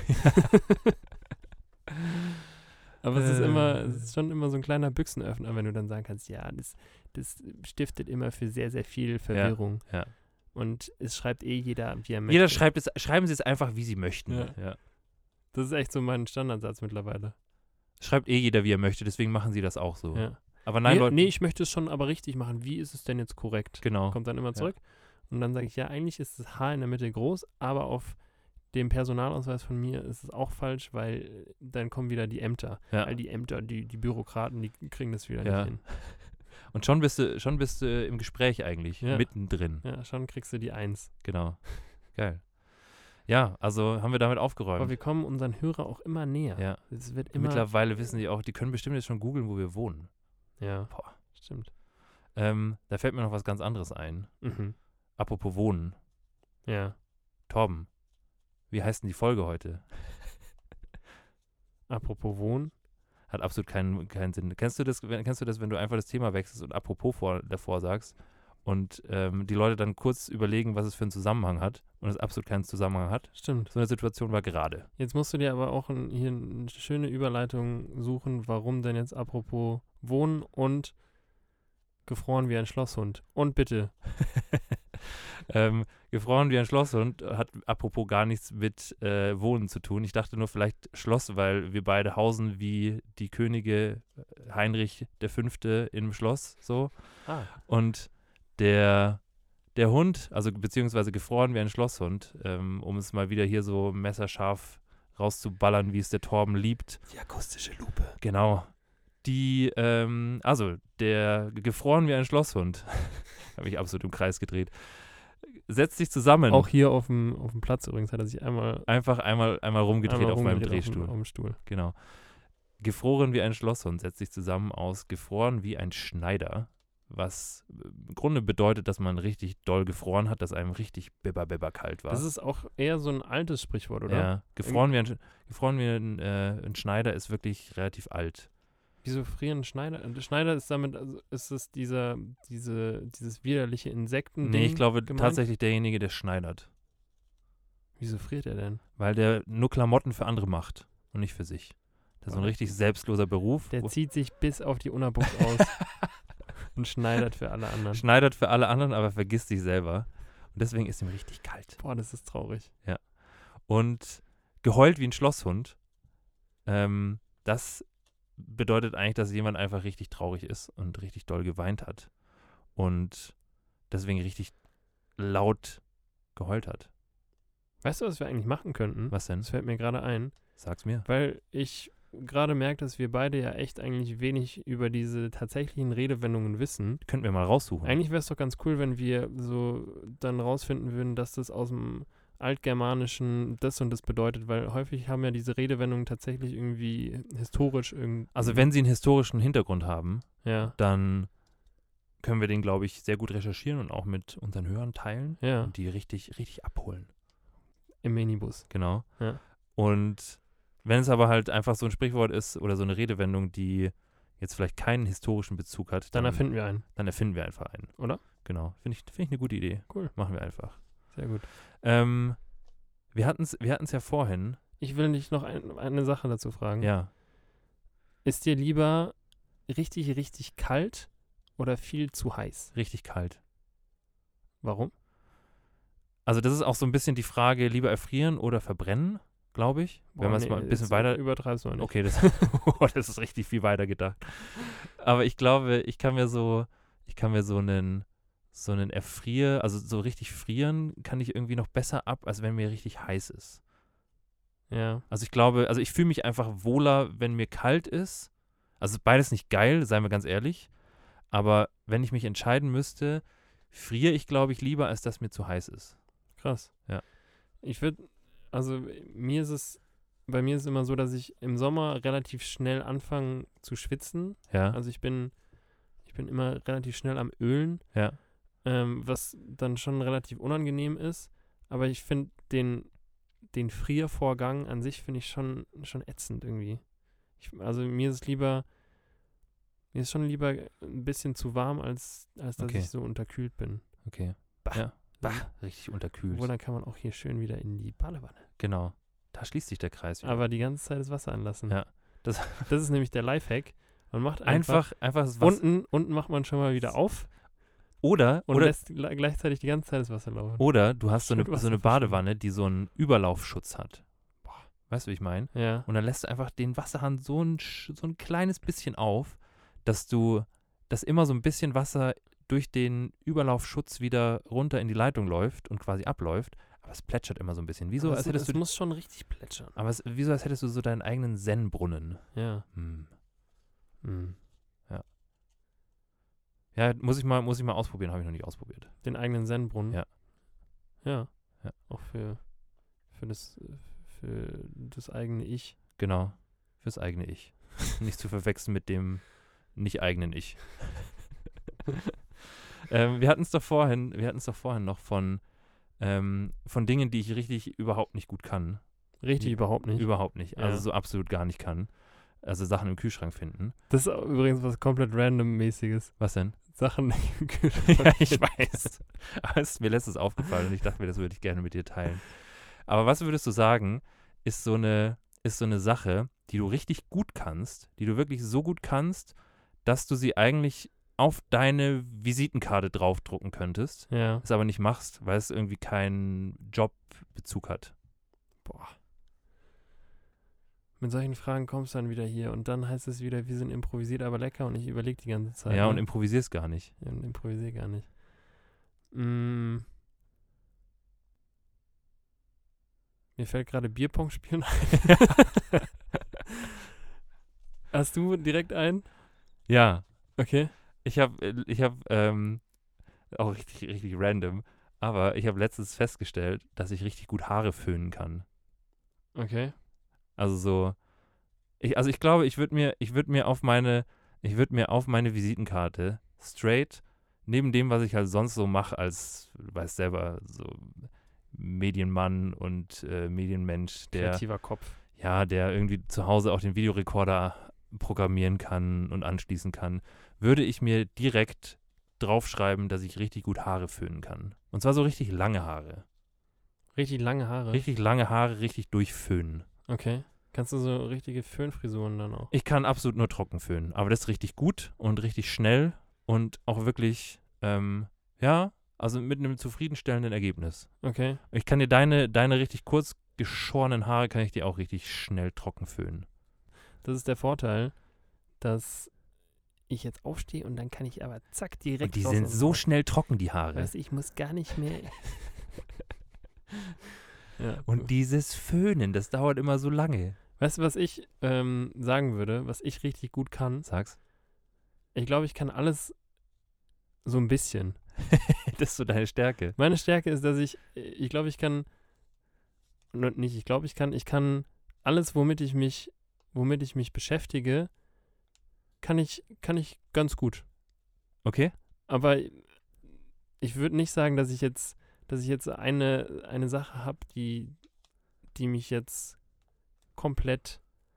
Aber es ist Äh. immer, es ist schon immer so ein kleiner Büchsenöffner, wenn du dann sagen kannst, ja, das, das stiftet immer für sehr, sehr viel Verwirrung. ja. Und es schreibt eh jeder, wie er möchte. Jeder schreibt es, schreiben sie es einfach, wie sie möchten. Ja. Ja. Das ist echt so mein Standardsatz mittlerweile. Schreibt eh jeder, wie er möchte, deswegen machen sie das auch so. Ja. Aber nein, nee, Leute. nee, ich möchte es schon aber richtig machen. Wie ist es denn jetzt korrekt? Genau. Kommt dann immer zurück. Und dann sage ich, ja, eigentlich ist das H in der Mitte groß, aber auf dem Personalausweis von mir ist es auch falsch, weil dann kommen wieder die Ämter. Ja. All die Ämter, die, die Bürokraten, die kriegen das wieder Ja. nicht hin. Und schon bist du, schon bist du im Gespräch eigentlich, Ja. mittendrin. Ja, schon kriegst du die Eins. Genau. Geil. Ja, also haben wir damit Aber aufgeräumt. wir kommen unseren Hörer auch immer näher. Ja. Es wird immer. Mittlerweile wissen die auch, die können bestimmt jetzt schon googeln, wo wir wohnen. Ja, Boah. stimmt. Ähm, da fällt mir noch was ganz anderes ein. Mhm. Apropos Wohnen. Ja. Torben, wie heißt denn die Folge heute? Apropos Wohnen. Hat absolut keinen, keinen Sinn. Kennst du das, wenn- kennst du das, wenn du einfach das Thema wechselst und apropos vor, davor sagst und ähm, die Leute dann kurz überlegen, was es für einen Zusammenhang hat und es absolut keinen Zusammenhang hat? Stimmt. So eine Situation war gerade. Jetzt musst du dir aber auch ein, hier eine schöne Überleitung suchen, warum denn jetzt apropos Wohnen und gefroren wie ein Schlosshund. Und bitte. ähm, gefroren wie ein Schlosshund hat apropos gar nichts mit äh, Wohnen zu tun. Ich dachte nur vielleicht Schloss, weil wir beide hausen wie die Könige Heinrich der Fünfte im Schloss so. Ah. Und der, der Hund, also beziehungsweise gefroren wie ein Schlosshund, ähm, um es mal wieder hier so messerscharf rauszuballern, wie es der Torben liebt. Die akustische Lupe. Genau. Die, ähm, also, der gefroren wie ein Schlosshund, habe ich absolut im Kreis gedreht, setzt sich zusammen. Auch hier auf dem, auf dem Platz übrigens hat er sich einmal, Einfach einmal, einmal rumgedreht einmal auf meinem rumgedreht auf dem- Drehstuhl. Auf dem Stuhl. Genau. Gefroren wie ein Schlosshund setzt sich zusammen aus gefroren wie ein Schneider, was im Grunde bedeutet, dass man richtig doll gefroren hat, dass einem richtig bibber, bibber kalt war. Das ist auch eher so ein altes Sprichwort, oder? Ja, gefroren wie ein, Sch- gefroren wie ein, äh, ein Schneider ist wirklich relativ alt. Wieso frieren Schneider? Der Schneider ist damit, also ist es dieser, diese, dieses widerliche Insekten. Nee, ich glaube gemeint? tatsächlich derjenige, der schneidert. Wieso friert er denn? Weil der nur Klamotten für andere macht und nicht für sich. Das ist so ein Boah, richtig selbstloser Beruf. Der wo- zieht sich bis auf die Unterbuchs aus und schneidert für alle anderen. schneidert für alle anderen, aber vergisst sich selber. Und deswegen ist ihm richtig kalt. Boah, das ist traurig. Und geheult wie ein Schlosshund, ähm, das bedeutet eigentlich, dass jemand einfach richtig traurig ist und richtig doll geweint hat. Und deswegen richtig laut geheult hat. Weißt du, was wir eigentlich machen könnten? Was denn? Das fällt mir gerade ein, Sag's mir. weil ich gerade merke, dass wir beide ja echt eigentlich wenig über diese tatsächlichen Redewendungen wissen. Könnten wir mal raussuchen. Eigentlich wäre es doch ganz cool, wenn wir so dann rausfinden würden, dass das aus dem Altgermanischen das und das bedeutet, weil häufig haben ja diese Redewendungen tatsächlich irgendwie historisch irgendwie. Also wenn sie einen historischen Hintergrund haben, Ja, dann können wir den, glaube ich, sehr gut recherchieren und auch mit unseren Hörern teilen ja, und die richtig, richtig abholen. im Minibus. Genau. Ja. Und wenn es aber halt einfach so ein Sprichwort ist oder so eine Redewendung, die jetzt vielleicht keinen historischen Bezug hat, Dann dann, erfinden wir einen, dann erfinden wir einfach einen. oder? Genau. Finde ich, find ich eine gute Idee. Cool. Machen wir einfach. Sehr gut. Ähm, wir hatten es wir hatten's ja vorhin. Ich will dich noch ein, eine Sache dazu fragen. Ja. Ist dir lieber richtig, richtig kalt oder viel zu heiß? Richtig kalt. Warum? Also das ist auch so ein bisschen die Frage, lieber erfrieren oder verbrennen, glaube ich. Wenn man es mal ein bisschen jetzt weiter... Übertreibst du mal nicht. Okay, das, oh, das ist richtig viel weiter gedacht. Aber ich glaube, ich kann mir so, ich kann mir so einen, so einen Erfrier, also so richtig frieren, kann ich irgendwie noch besser ab, als wenn mir richtig heiß ist. Ja. Also ich glaube, also ich fühle mich einfach wohler, wenn mir kalt ist. Also beides nicht geil, seien wir ganz ehrlich. Aber wenn ich mich entscheiden müsste, friere ich, glaube ich, lieber, als dass mir zu heiß ist. Krass. Ja. Ich würde, also mir ist es, bei mir ist es immer so, dass ich im Sommer relativ schnell anfange zu schwitzen. Ja, Also ich bin, ich bin immer relativ schnell am Ölen, ja, ähm, was dann schon relativ unangenehm ist. Aber ich finde den, den Friervorgang an sich finde ich schon, schon ätzend irgendwie. Ich, also mir ist es lieber, mir ist schon lieber ein bisschen zu warm, als, als dass Okay. ich so unterkühlt bin. okay. Bah. Ja. Bah, richtig unterkühlt. Obwohl, dann kann man auch hier schön wieder in die Badewanne. Genau. Da schließt sich der Kreis wieder. Aber die ganze Zeit das Wasser anlassen. Ja. Das- das ist nämlich der Lifehack. Man macht einfach, Einfach, einfach das Wasser. unten, unten macht man schon mal wieder auf Oder, und oder, lässt gl- gleichzeitig die ganze Zeit das Wasser laufen. oder du hast so eine, Schön Wasser so eine verschwinden. Badewanne, die so einen Überlaufschutz hat. Boah, weißt du, wie ich meine? Ja. Und dann lässt du einfach den Wasserhahn so ein, sch- so ein kleines bisschen auf, dass du, dass immer so ein bisschen Wasser durch den Überlaufschutz wieder runter in die Leitung läuft und quasi abläuft. Aber es plätschert immer so ein bisschen. Wieso, Aber als es, hättest es du, muss schon richtig plätschern. aber es, wieso, als hättest du so deinen eigenen Zen-Brunnen. Ja. Hm. Mhm. Ja, muss ich mal, muss ich mal ausprobieren, habe ich noch nicht ausprobiert. Den eigenen Zen-Brunnen. Ja. Ja. Ja. Auch für, für, das, für das eigene Ich. Genau. Fürs eigene Ich. Nicht zu verwechseln mit dem nicht eigenen Ich. ähm, wir hatten es doch vorhin, wir hatten es doch vorhin noch von, ähm, von Dingen, die ich richtig überhaupt nicht gut kann. Richtig Die- überhaupt nicht. Überhaupt nicht. Also Ja. so absolut gar nicht kann. Also Sachen im Kühlschrank finden. Das ist übrigens was komplett Random-mäßiges. Was denn? Sachen im Kühlschrank. Ja, ich weiß. Aber es ist mir letztens aufgefallen und ich dachte mir, das würde ich gerne mit dir teilen. Aber was würdest du sagen, ist so eine, ist so eine Sache, die du richtig gut kannst, die du wirklich so gut kannst, dass du sie eigentlich auf deine Visitenkarte draufdrucken könntest, Ja. es aber nicht machst, weil es irgendwie keinen Jobbezug hat. Boah. Mit solchen Fragen kommst du dann wieder hier und dann heißt es wieder, wir sind improvisiert, aber lecker und ich überlege die ganze Zeit. Ja, und ne? improvisierst gar nicht. Ja, und improvisiere gar nicht. Mm. Mir fällt gerade Bierpong spielen ein. Hast du direkt einen? Ja, Okay. ich habe, ich habe, ähm, auch richtig, richtig random, aber ich habe letztens festgestellt, dass ich richtig gut Haare föhnen kann. Okay. Also so, ich, also ich glaube, ich würde mir, ich würde mir auf meine, ich würde mir auf meine Visitenkarte straight, neben dem, was ich halt sonst so mache als, du weißt selber, so Medienmann und äh, Medienmensch, der, Kreativer Kopf. ja, der irgendwie zu Hause auch den Videorekorder programmieren kann und anschließen kann, würde ich mir direkt draufschreiben, dass ich richtig gut Haare föhnen kann. Und zwar so richtig lange Haare. Richtig lange Haare. Richtig lange Haare, richtig durchföhnen. Okay. Kannst du so richtige Föhnfrisuren dann auch? Ich kann absolut nur trocken föhnen, aber das ist richtig gut und richtig schnell und auch wirklich, ähm, ja, also mit einem zufriedenstellenden Ergebnis. Okay. Ich kann dir deine, deine richtig kurz geschorenen Haare, kann ich dir auch richtig schnell trocken föhnen. Das ist der Vorteil, dass ich jetzt aufstehe und dann kann ich aber zack direkt Und die raus sind aus dem so Haus. schnell trocken, die Haare. Weißt du, ich muss gar nicht mehr. Ja. Und dieses Föhnen, das dauert immer so lange. Weißt du, was ich ähm, sagen würde, was ich richtig gut kann? Sag's. Ich glaube, ich kann alles so ein bisschen. Das ist so deine Stärke. Meine Stärke ist, dass ich, ich glaube, ich kann, nur nicht, ich glaube, ich kann, ich kann alles, womit ich mich, womit ich mich beschäftige, kann ich, kann ich ganz gut. Okay? Aber ich würde nicht sagen, dass ich jetzt, dass ich jetzt eine, eine Sache habe, die, die mich jetzt komplett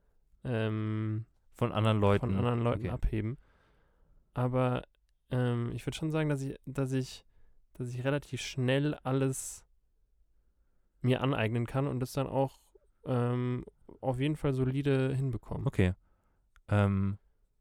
ähm, Von anderen Leuten. von anderen Leuten okay. abheben. Aber ähm, ich würde schon sagen, dass ich, dass ich, dass ich relativ schnell alles mir aneignen kann und das dann auch ähm, auf jeden Fall solide hinbekommen. Okay. Ähm,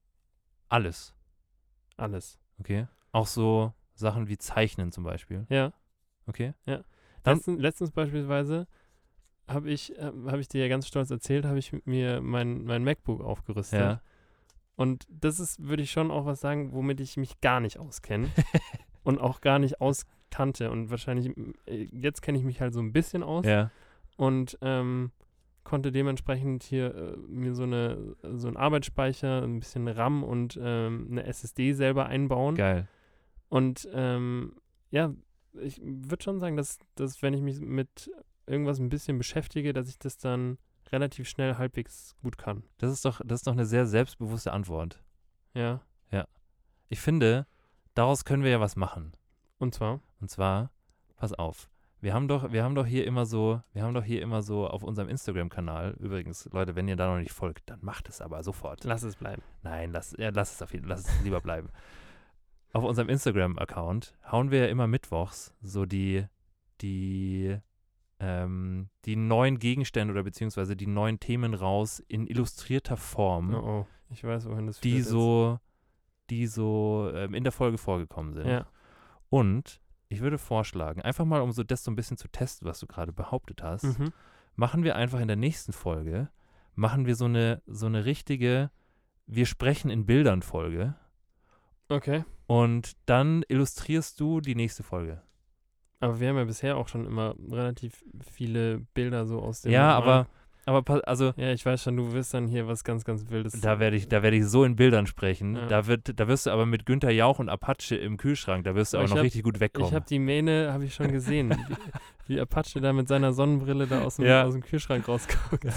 alles. Alles. Okay. Auch so Sachen wie Zeichnen zum Beispiel. Ja. Okay. Ja. Dann- Letzten, letztens beispielsweise habe ich, äh, habe ich dir ja ganz stolz erzählt, habe ich mir mein, mein MacBook aufgerüstet. Ja. Und das ist, würde ich schon auch was sagen, womit ich mich gar nicht auskenne und auch gar nicht auskannte. Und wahrscheinlich, äh, jetzt kenne ich mich halt so ein bisschen aus Ja. und ähm, konnte dementsprechend hier äh, mir so eine so einen Arbeitsspeicher, ein bisschen RAM und ähm, eine S S D selber einbauen. Geil. Und ähm, ja, ich würde schon sagen, dass, dass wenn ich mich mit irgendwas ein bisschen beschäftige, dass ich das dann relativ schnell halbwegs gut kann. Das ist doch, das ist doch eine sehr selbstbewusste Antwort. Ja. Ich finde, daraus können wir ja was machen. Und zwar? Und zwar, pass auf. Wir haben doch, wir haben doch hier immer so, wir haben doch hier immer so auf unserem Instagram-Kanal, übrigens, Leute, wenn ihr da noch nicht folgt, dann macht es aber sofort. Lass es bleiben. Nein, lass, ja, lass es auf jeden, lass es lieber bleiben. Auf unserem Instagram-Account hauen wir ja immer mittwochs so die, die, ähm, die neuen Gegenstände oder beziehungsweise die neuen Themen raus in illustrierter Form, Oh, oh. Ich weiß, wohin das die führt jetzt. so, die so ähm, in der Folge vorgekommen sind. Ja. Und ich würde vorschlagen, einfach mal, um so das so ein bisschen zu testen, was du gerade behauptet hast, Mhm. machen wir einfach in der nächsten Folge, machen wir so eine, so eine richtige, wir sprechen in Bildern Folge Okay. und dann illustrierst du die nächste Folge. Aber wir haben ja bisher auch schon immer relativ viele Bilder so aus dem Ja, normalen- aber, aber pa- also Ja, ich weiß schon, du wirst dann hier was ganz, ganz Wildes. da werde ich, da werde ich so in Bildern sprechen. Ja. Da wird, da wirst du aber mit Günther Jauch und Apache im Kühlschrank, da wirst du Aber aber ich noch hab- richtig gut wegkommen. Ich habe die Mähne, habe ich schon gesehen, wie, wie Apache da mit seiner Sonnenbrille da aus dem, Ja. aus dem Kühlschrank rausguckt.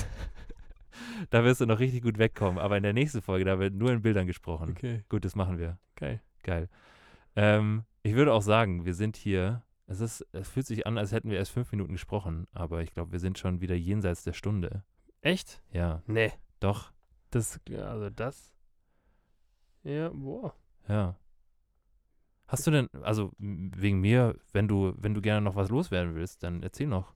Da wirst du noch richtig gut wegkommen. Aber in der nächsten Folge, da wird nur in Bildern gesprochen. Okay, Gut, das machen wir. geil. Geil. Ähm, ich würde auch sagen, wir sind hier, es ist, es fühlt sich an, als hätten wir erst fünf Minuten gesprochen, aber ich glaube, wir sind schon wieder jenseits der Stunde. Echt? Ja, Nee. doch, Das, also das. Ja, boah. ja. Hast du denn, also m- wegen mir, wenn du, wenn du gerne noch was loswerden willst, dann erzähl noch.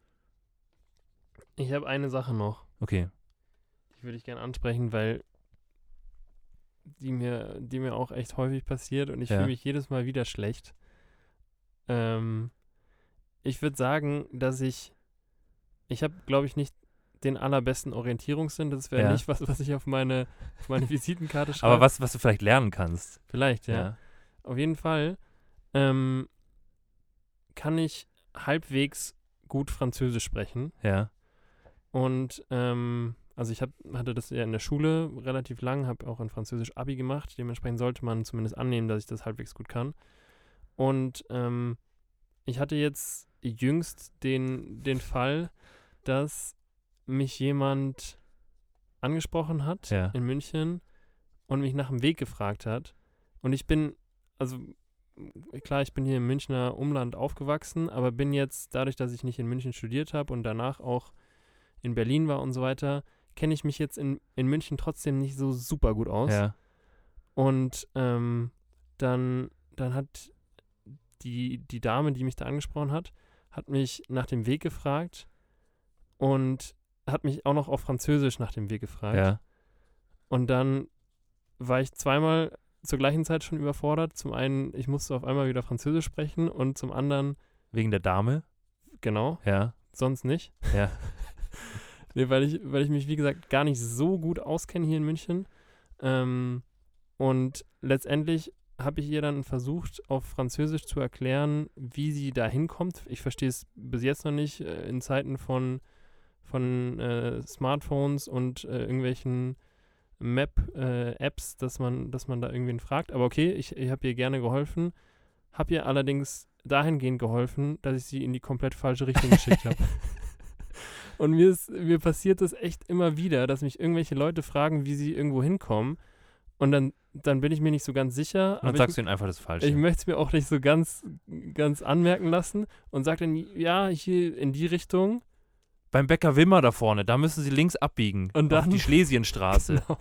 Ich habe eine Sache noch, Okay. die würde ich gerne ansprechen, weil die mir, die mir auch echt häufig passiert und ich Ja. fühle mich jedes Mal wieder schlecht. Ähm, ich würde sagen, dass ich, ich habe, glaube ich, nicht den allerbesten Orientierungssinn. Das wäre Ja. nicht was, was ich auf meine, auf meine Visitenkarte schreibe. Aber was, was du vielleicht lernen kannst. Vielleicht, ja. Auf jeden Fall ähm, kann ich halbwegs gut Französisch sprechen. Ja. Und ähm, also ich hab, hatte das ja in der Schule relativ lang, habe auch in Französisch Abi gemacht. Dementsprechend sollte man zumindest annehmen, dass ich das halbwegs gut kann. Und ähm, ich hatte jetzt jüngst den, den Fall, dass mich jemand angesprochen hat Ja. in München und mich nach dem Weg gefragt hat. Und ich bin, also klar, ich bin hier im Münchner Umland aufgewachsen, aber bin jetzt, dadurch, dass ich nicht in München studiert habe und danach auch in Berlin war und so weiter, kenne ich mich jetzt in, in München trotzdem nicht so super gut aus. Ja. Und ähm, dann, dann hat die, die Dame, die mich da angesprochen hat, hat mich nach dem Weg gefragt und hat mich auch noch auf Französisch nach dem Weg gefragt. Ja. Und dann war ich zweimal zur gleichen Zeit schon überfordert. Zum einen, ich musste auf einmal wieder Französisch sprechen und zum anderen, Wegen der Dame? genau, Ja. sonst nicht. Ja. Nee, weil ich, weil ich mich, wie gesagt, gar nicht so gut auskenne hier in München. Ähm, und letztendlich habe ich ihr dann versucht, auf Französisch zu erklären, wie sie da hinkommt. Ich verstehe es bis jetzt noch nicht äh, in Zeiten von, von äh, Smartphones und äh, irgendwelchen Map-Apps, äh, dass man, dass man da irgendwen fragt. Aber okay, ich, ich habe ihr gerne geholfen. Habe ihr allerdings dahingehend geholfen, dass ich sie in die komplett falsche Richtung geschickt habe. Und mir, ist, mir passiert das echt immer wieder, dass mich irgendwelche Leute fragen, wie sie irgendwo hinkommen. Und dann, dann bin ich mir nicht so ganz sicher. Und dann aber sagst ich, du ihnen einfach das Falsche. ich möchte es mir auch nicht so ganz, ganz anmerken lassen und sage dann, ja, hier in die Richtung. Beim Bäcker Wimmer da vorne, da müssen sie links abbiegen. Und auf dann- die Schlesienstraße. Genau.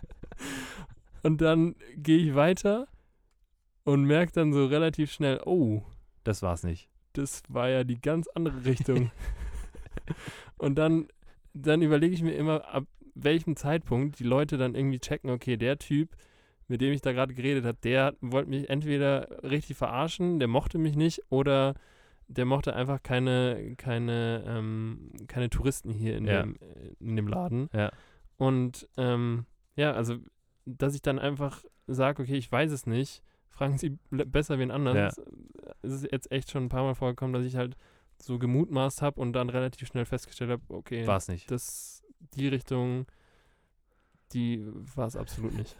Und dann gehe ich weiter und merke dann so relativ schnell, oh, Das war's nicht. das war ja die ganz andere Richtung. Und dann, dann überlege ich mir immer, ab welchem Zeitpunkt die Leute dann irgendwie checken, okay, der Typ, mit dem ich da gerade geredet habe, der wollte mich entweder richtig verarschen, der mochte mich nicht oder der mochte einfach keine, keine, ähm, keine Touristen hier in, Ja. dem, in dem Laden. Ja. Und ähm, ja, also, dass ich dann einfach sage, okay, ich weiß es nicht, fragen Sie ble- besser wen anderen. Ja. Es es ist jetzt echt schon ein paar Mal vorgekommen, dass ich halt so gemutmaßt habe und dann relativ schnell festgestellt habe, okay, War's nicht. das, die Richtung, die war es absolut nicht.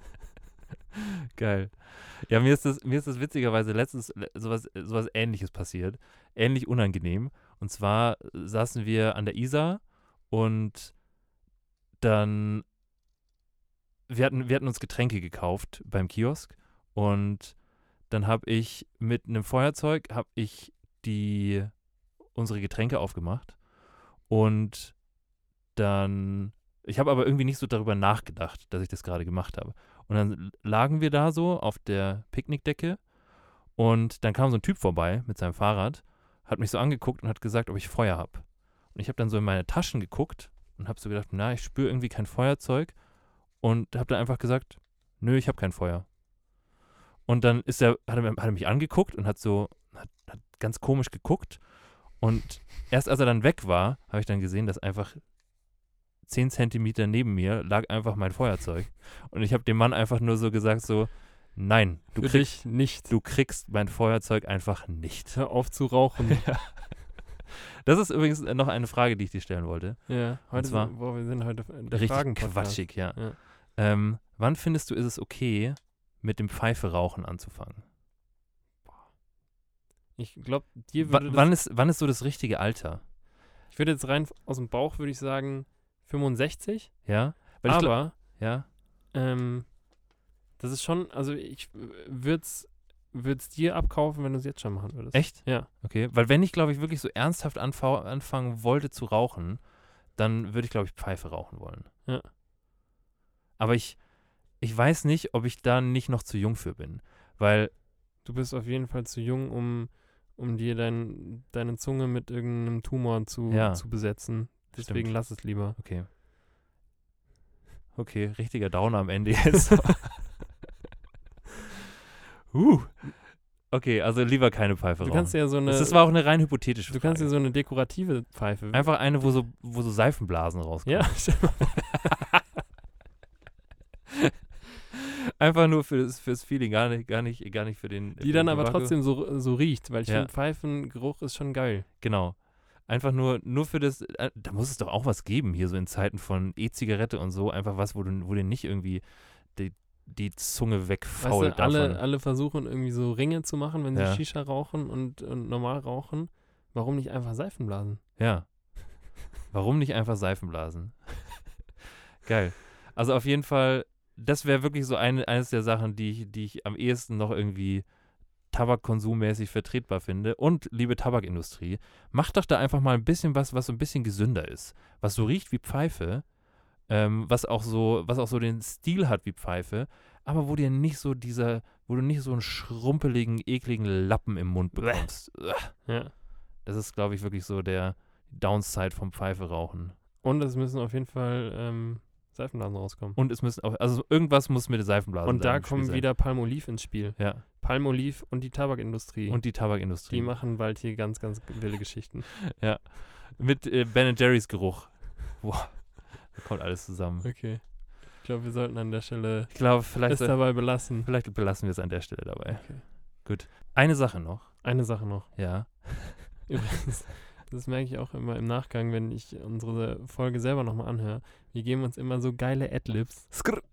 Geil. Ja, mir ist das, mir ist das witzigerweise letztens le- sowas, sowas Ähnliches passiert. Ähnlich unangenehm. Und zwar saßen wir an der Isar und dann, wir hatten, wir hatten uns Getränke gekauft beim Kiosk und dann habe ich mit einem Feuerzeug, habe ich die, unsere Getränke aufgemacht und dann, ich habe aber irgendwie nicht so darüber nachgedacht, dass ich das gerade gemacht habe. Und dann lagen wir da so auf der Picknickdecke und dann kam so ein Typ vorbei mit seinem Fahrrad, hat mich so angeguckt und hat gesagt, ob ich Feuer habe. Und ich habe dann so in meine Taschen geguckt und habe so gedacht, na, ich spüre irgendwie kein Feuerzeug und habe dann einfach gesagt, nö, ich habe kein Feuer. Und dann ist er, hat er, hat er mich angeguckt und hat so, hat, hat ganz komisch geguckt und erst als er dann weg war, habe ich dann gesehen, dass einfach zehn Zentimeter neben mir lag einfach mein Feuerzeug. Und ich habe dem Mann einfach nur so gesagt, so, nein, du Für kriegst, dich nicht. du kriegst mein Feuerzeug einfach nicht. Hör auf zu rauchen. Das ist übrigens noch eine Frage, die ich dir stellen wollte. Ja, heute zwar- sind, boah, wir sind heute der Richtig Fragen-Podcast. quatschig, ja. Ja. Ähm, wann findest du, ist es okay, mit dem Pfeife-Rauchen anzufangen? Ich glaube, dir W würde das, wann, ist, wann ist so das richtige Alter? ich würde jetzt rein aus dem Bauch, würde ich sagen, fünfundsechzig. Ja? Weil ich glaub- Aber ja? ähm, das ist schon, also ich würde es dir abkaufen, wenn du es jetzt schon machen würdest. Echt? Ja. Okay, weil wenn ich, glaube ich, wirklich so ernsthaft anfa- anfangen wollte zu rauchen, dann würde ich, glaube ich, Pfeife rauchen wollen. Ja. Aber ich, ich weiß nicht, ob ich da nicht noch zu jung für bin. Weil, Du bist auf jeden Fall zu jung, um, um dir dein, deine Zunge mit irgendeinem Tumor zu, Ja. zu besetzen. Deswegen Stimmt. lass es lieber. okay. Okay, richtiger Downer am Ende jetzt. uh. Okay, also lieber keine Pfeife Du rauchen. kannst ja so eine, das, das war auch eine rein hypothetische du Frage. kannst ja so eine dekorative Pfeife. Einfach eine, wo so, wo so Seifenblasen rauskommen. Ja, stimmt. Einfach nur fürs, fürs Feeling, gar nicht, gar nicht, gar nicht für den. Die für dann den aber Tobacco. trotzdem so, so riecht, weil ich Ja. finde, Pfeifengeruch ist schon geil. Genau. Einfach nur, nur für das, äh, da muss es doch auch was geben, hier so in Zeiten von E-Zigarette und so, einfach was, wo du, wo dir nicht irgendwie die, die Zunge wegfault Weißt du, alle, davon. alle versuchen irgendwie so Ringe zu machen, wenn sie Ja. Shisha rauchen und, und normal rauchen. Warum nicht einfach Seifen blasen? Ja. Warum nicht einfach Seifen blasen? Geil. Also auf jeden Fall, das wäre wirklich so eine, eines der Sachen, die ich, die ich am ehesten noch irgendwie tabakkonsummäßig vertretbar finde. Und liebe Tabakindustrie, macht doch da einfach mal ein bisschen was, was so ein bisschen gesünder ist. Was so riecht wie Pfeife, ähm, was auch so, was auch so den Stil hat wie Pfeife, aber wo dir nicht so dieser, wo du nicht so einen schrumpeligen, ekligen Lappen im Mund bekommst. Ja. Das ist, glaube ich, wirklich so der Downside vom Pfeife rauchen. Und es müssen auf jeden Fall ähm, Seifenblasen rauskommen. Und es müssen auch, also irgendwas muss mit den Seifenblasen Und da im Spiel kommen sein. wieder Palmolive ins Spiel. Ja. Palmolive und die Tabakindustrie. Und die Tabakindustrie. die machen bald hier ganz, ganz wilde Geschichten. Mit äh, Ben Jerry's Geruch. Boah, da kommt alles zusammen. Okay. Ich glaube, wir sollten an der Stelle Ich glaube, es vielleicht, dabei belassen. vielleicht belassen wir es an der Stelle dabei. Okay. Gut. Eine Sache noch. Eine Sache noch. Ja. Übrigens, das merke ich auch immer im Nachgang, wenn ich unsere Folge selber nochmal anhöre. Wir geben uns immer so geile Adlibs.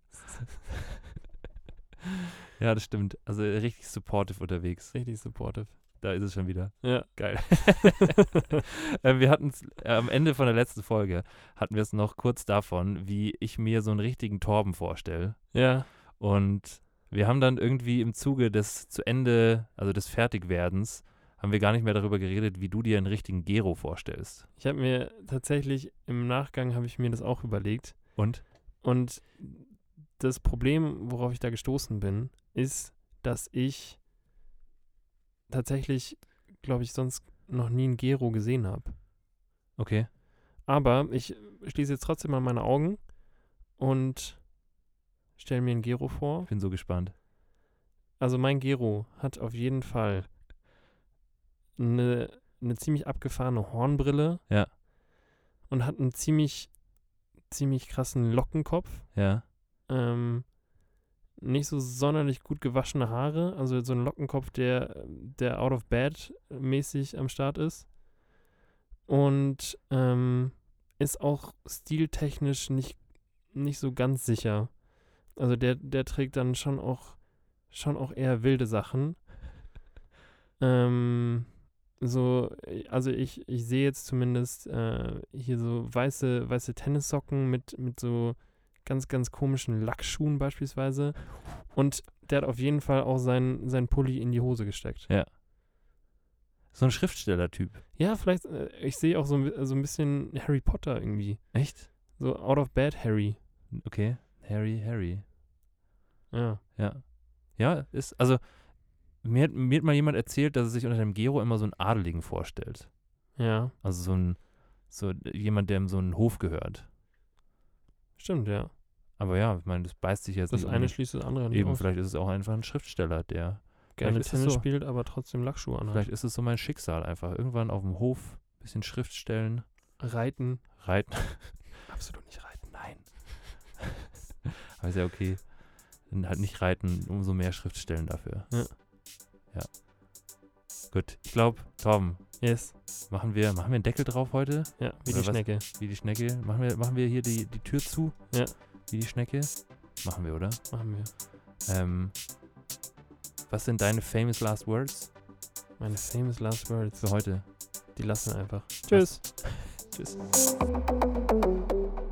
Ja, das stimmt. Also richtig supportive unterwegs. Richtig supportive. Da ist es schon wieder. Ja. Geil. äh, wir hatten es äh, am Ende von der letzten Folge, hatten wir es noch kurz davon, wie ich mir so einen richtigen Torben vorstelle. Ja. Und wir haben dann irgendwie im Zuge des zu Ende, also des Fertigwerdens, haben wir gar nicht mehr darüber geredet, wie du dir einen richtigen Gero vorstellst. Ich habe mir tatsächlich im Nachgang habe ich mir das auch überlegt. Und? Und das Problem, worauf ich da gestoßen bin, ist, dass ich tatsächlich, glaube ich, sonst noch nie einen Gero gesehen habe. Okay. Aber ich schließe jetzt trotzdem mal meine Augen und stelle mir einen Gero vor. Ich bin so gespannt. Also mein Gero hat auf jeden Fall eine, eine ziemlich abgefahrene Hornbrille. Ja. Und hat einen ziemlich, ziemlich krassen Lockenkopf. Ja. Ähm, nicht so sonderlich gut gewaschene Haare. Also so ein Lockenkopf, der, der out of bed mäßig am Start ist. Und ähm, ist auch stiltechnisch nicht, nicht so ganz sicher. Also der, der trägt dann schon auch, schon auch eher wilde Sachen. Ähm, so, also ich, ich sehe jetzt zumindest äh, hier so weiße, weiße Tennissocken mit, mit so ganz, ganz komischen Lackschuhen beispielsweise. Und der hat auf jeden Fall auch seinen sein Pulli in die Hose gesteckt. Ja. So ein Schriftsteller-Typ. Ja, vielleicht, äh, ich sehe auch so, ein- so ein bisschen Harry Potter irgendwie. Echt? So out of bed Harry. Okay. Harry, Harry. Ja. Ja. Ja, ist, also, mir hat, mir hat mal jemand erzählt, dass er sich unter dem Gero immer so einen Adeligen vorstellt. Ja. Also so ein, so jemand, der in so einen Hof gehört. Stimmt, ja. Aber ja, ich meine, das beißt sich jetzt Das nicht eine unbedingt. schließt das andere nicht Eben, aus. vielleicht ist es auch einfach ein Schriftsteller, der, Gerne vielleicht ist es Tennis so. spielt, aber trotzdem Lackschuhe anhat. vielleicht ist es so mein Schicksal einfach. Irgendwann auf dem Hof, bisschen Schriftstellen, Reiten. reiten. Absolut nicht reiten. Nein. Aber ist ja okay. Dann halt nicht reiten, umso mehr Schriftstellen dafür. Ja. Ja. Gut, ich glaube, Torben, Yes. machen wir, machen wir einen Deckel drauf heute? Ja, wie Oder die was? Schnecke. Wie die Schnecke? Machen wir, machen wir hier die, die Tür zu? Ja. Wie die Schnecke? Machen wir, oder? Machen wir. Ähm, was sind deine famous last words Meine famous last words. für heute? Die lassen wir einfach. Tschüss. Tschüss.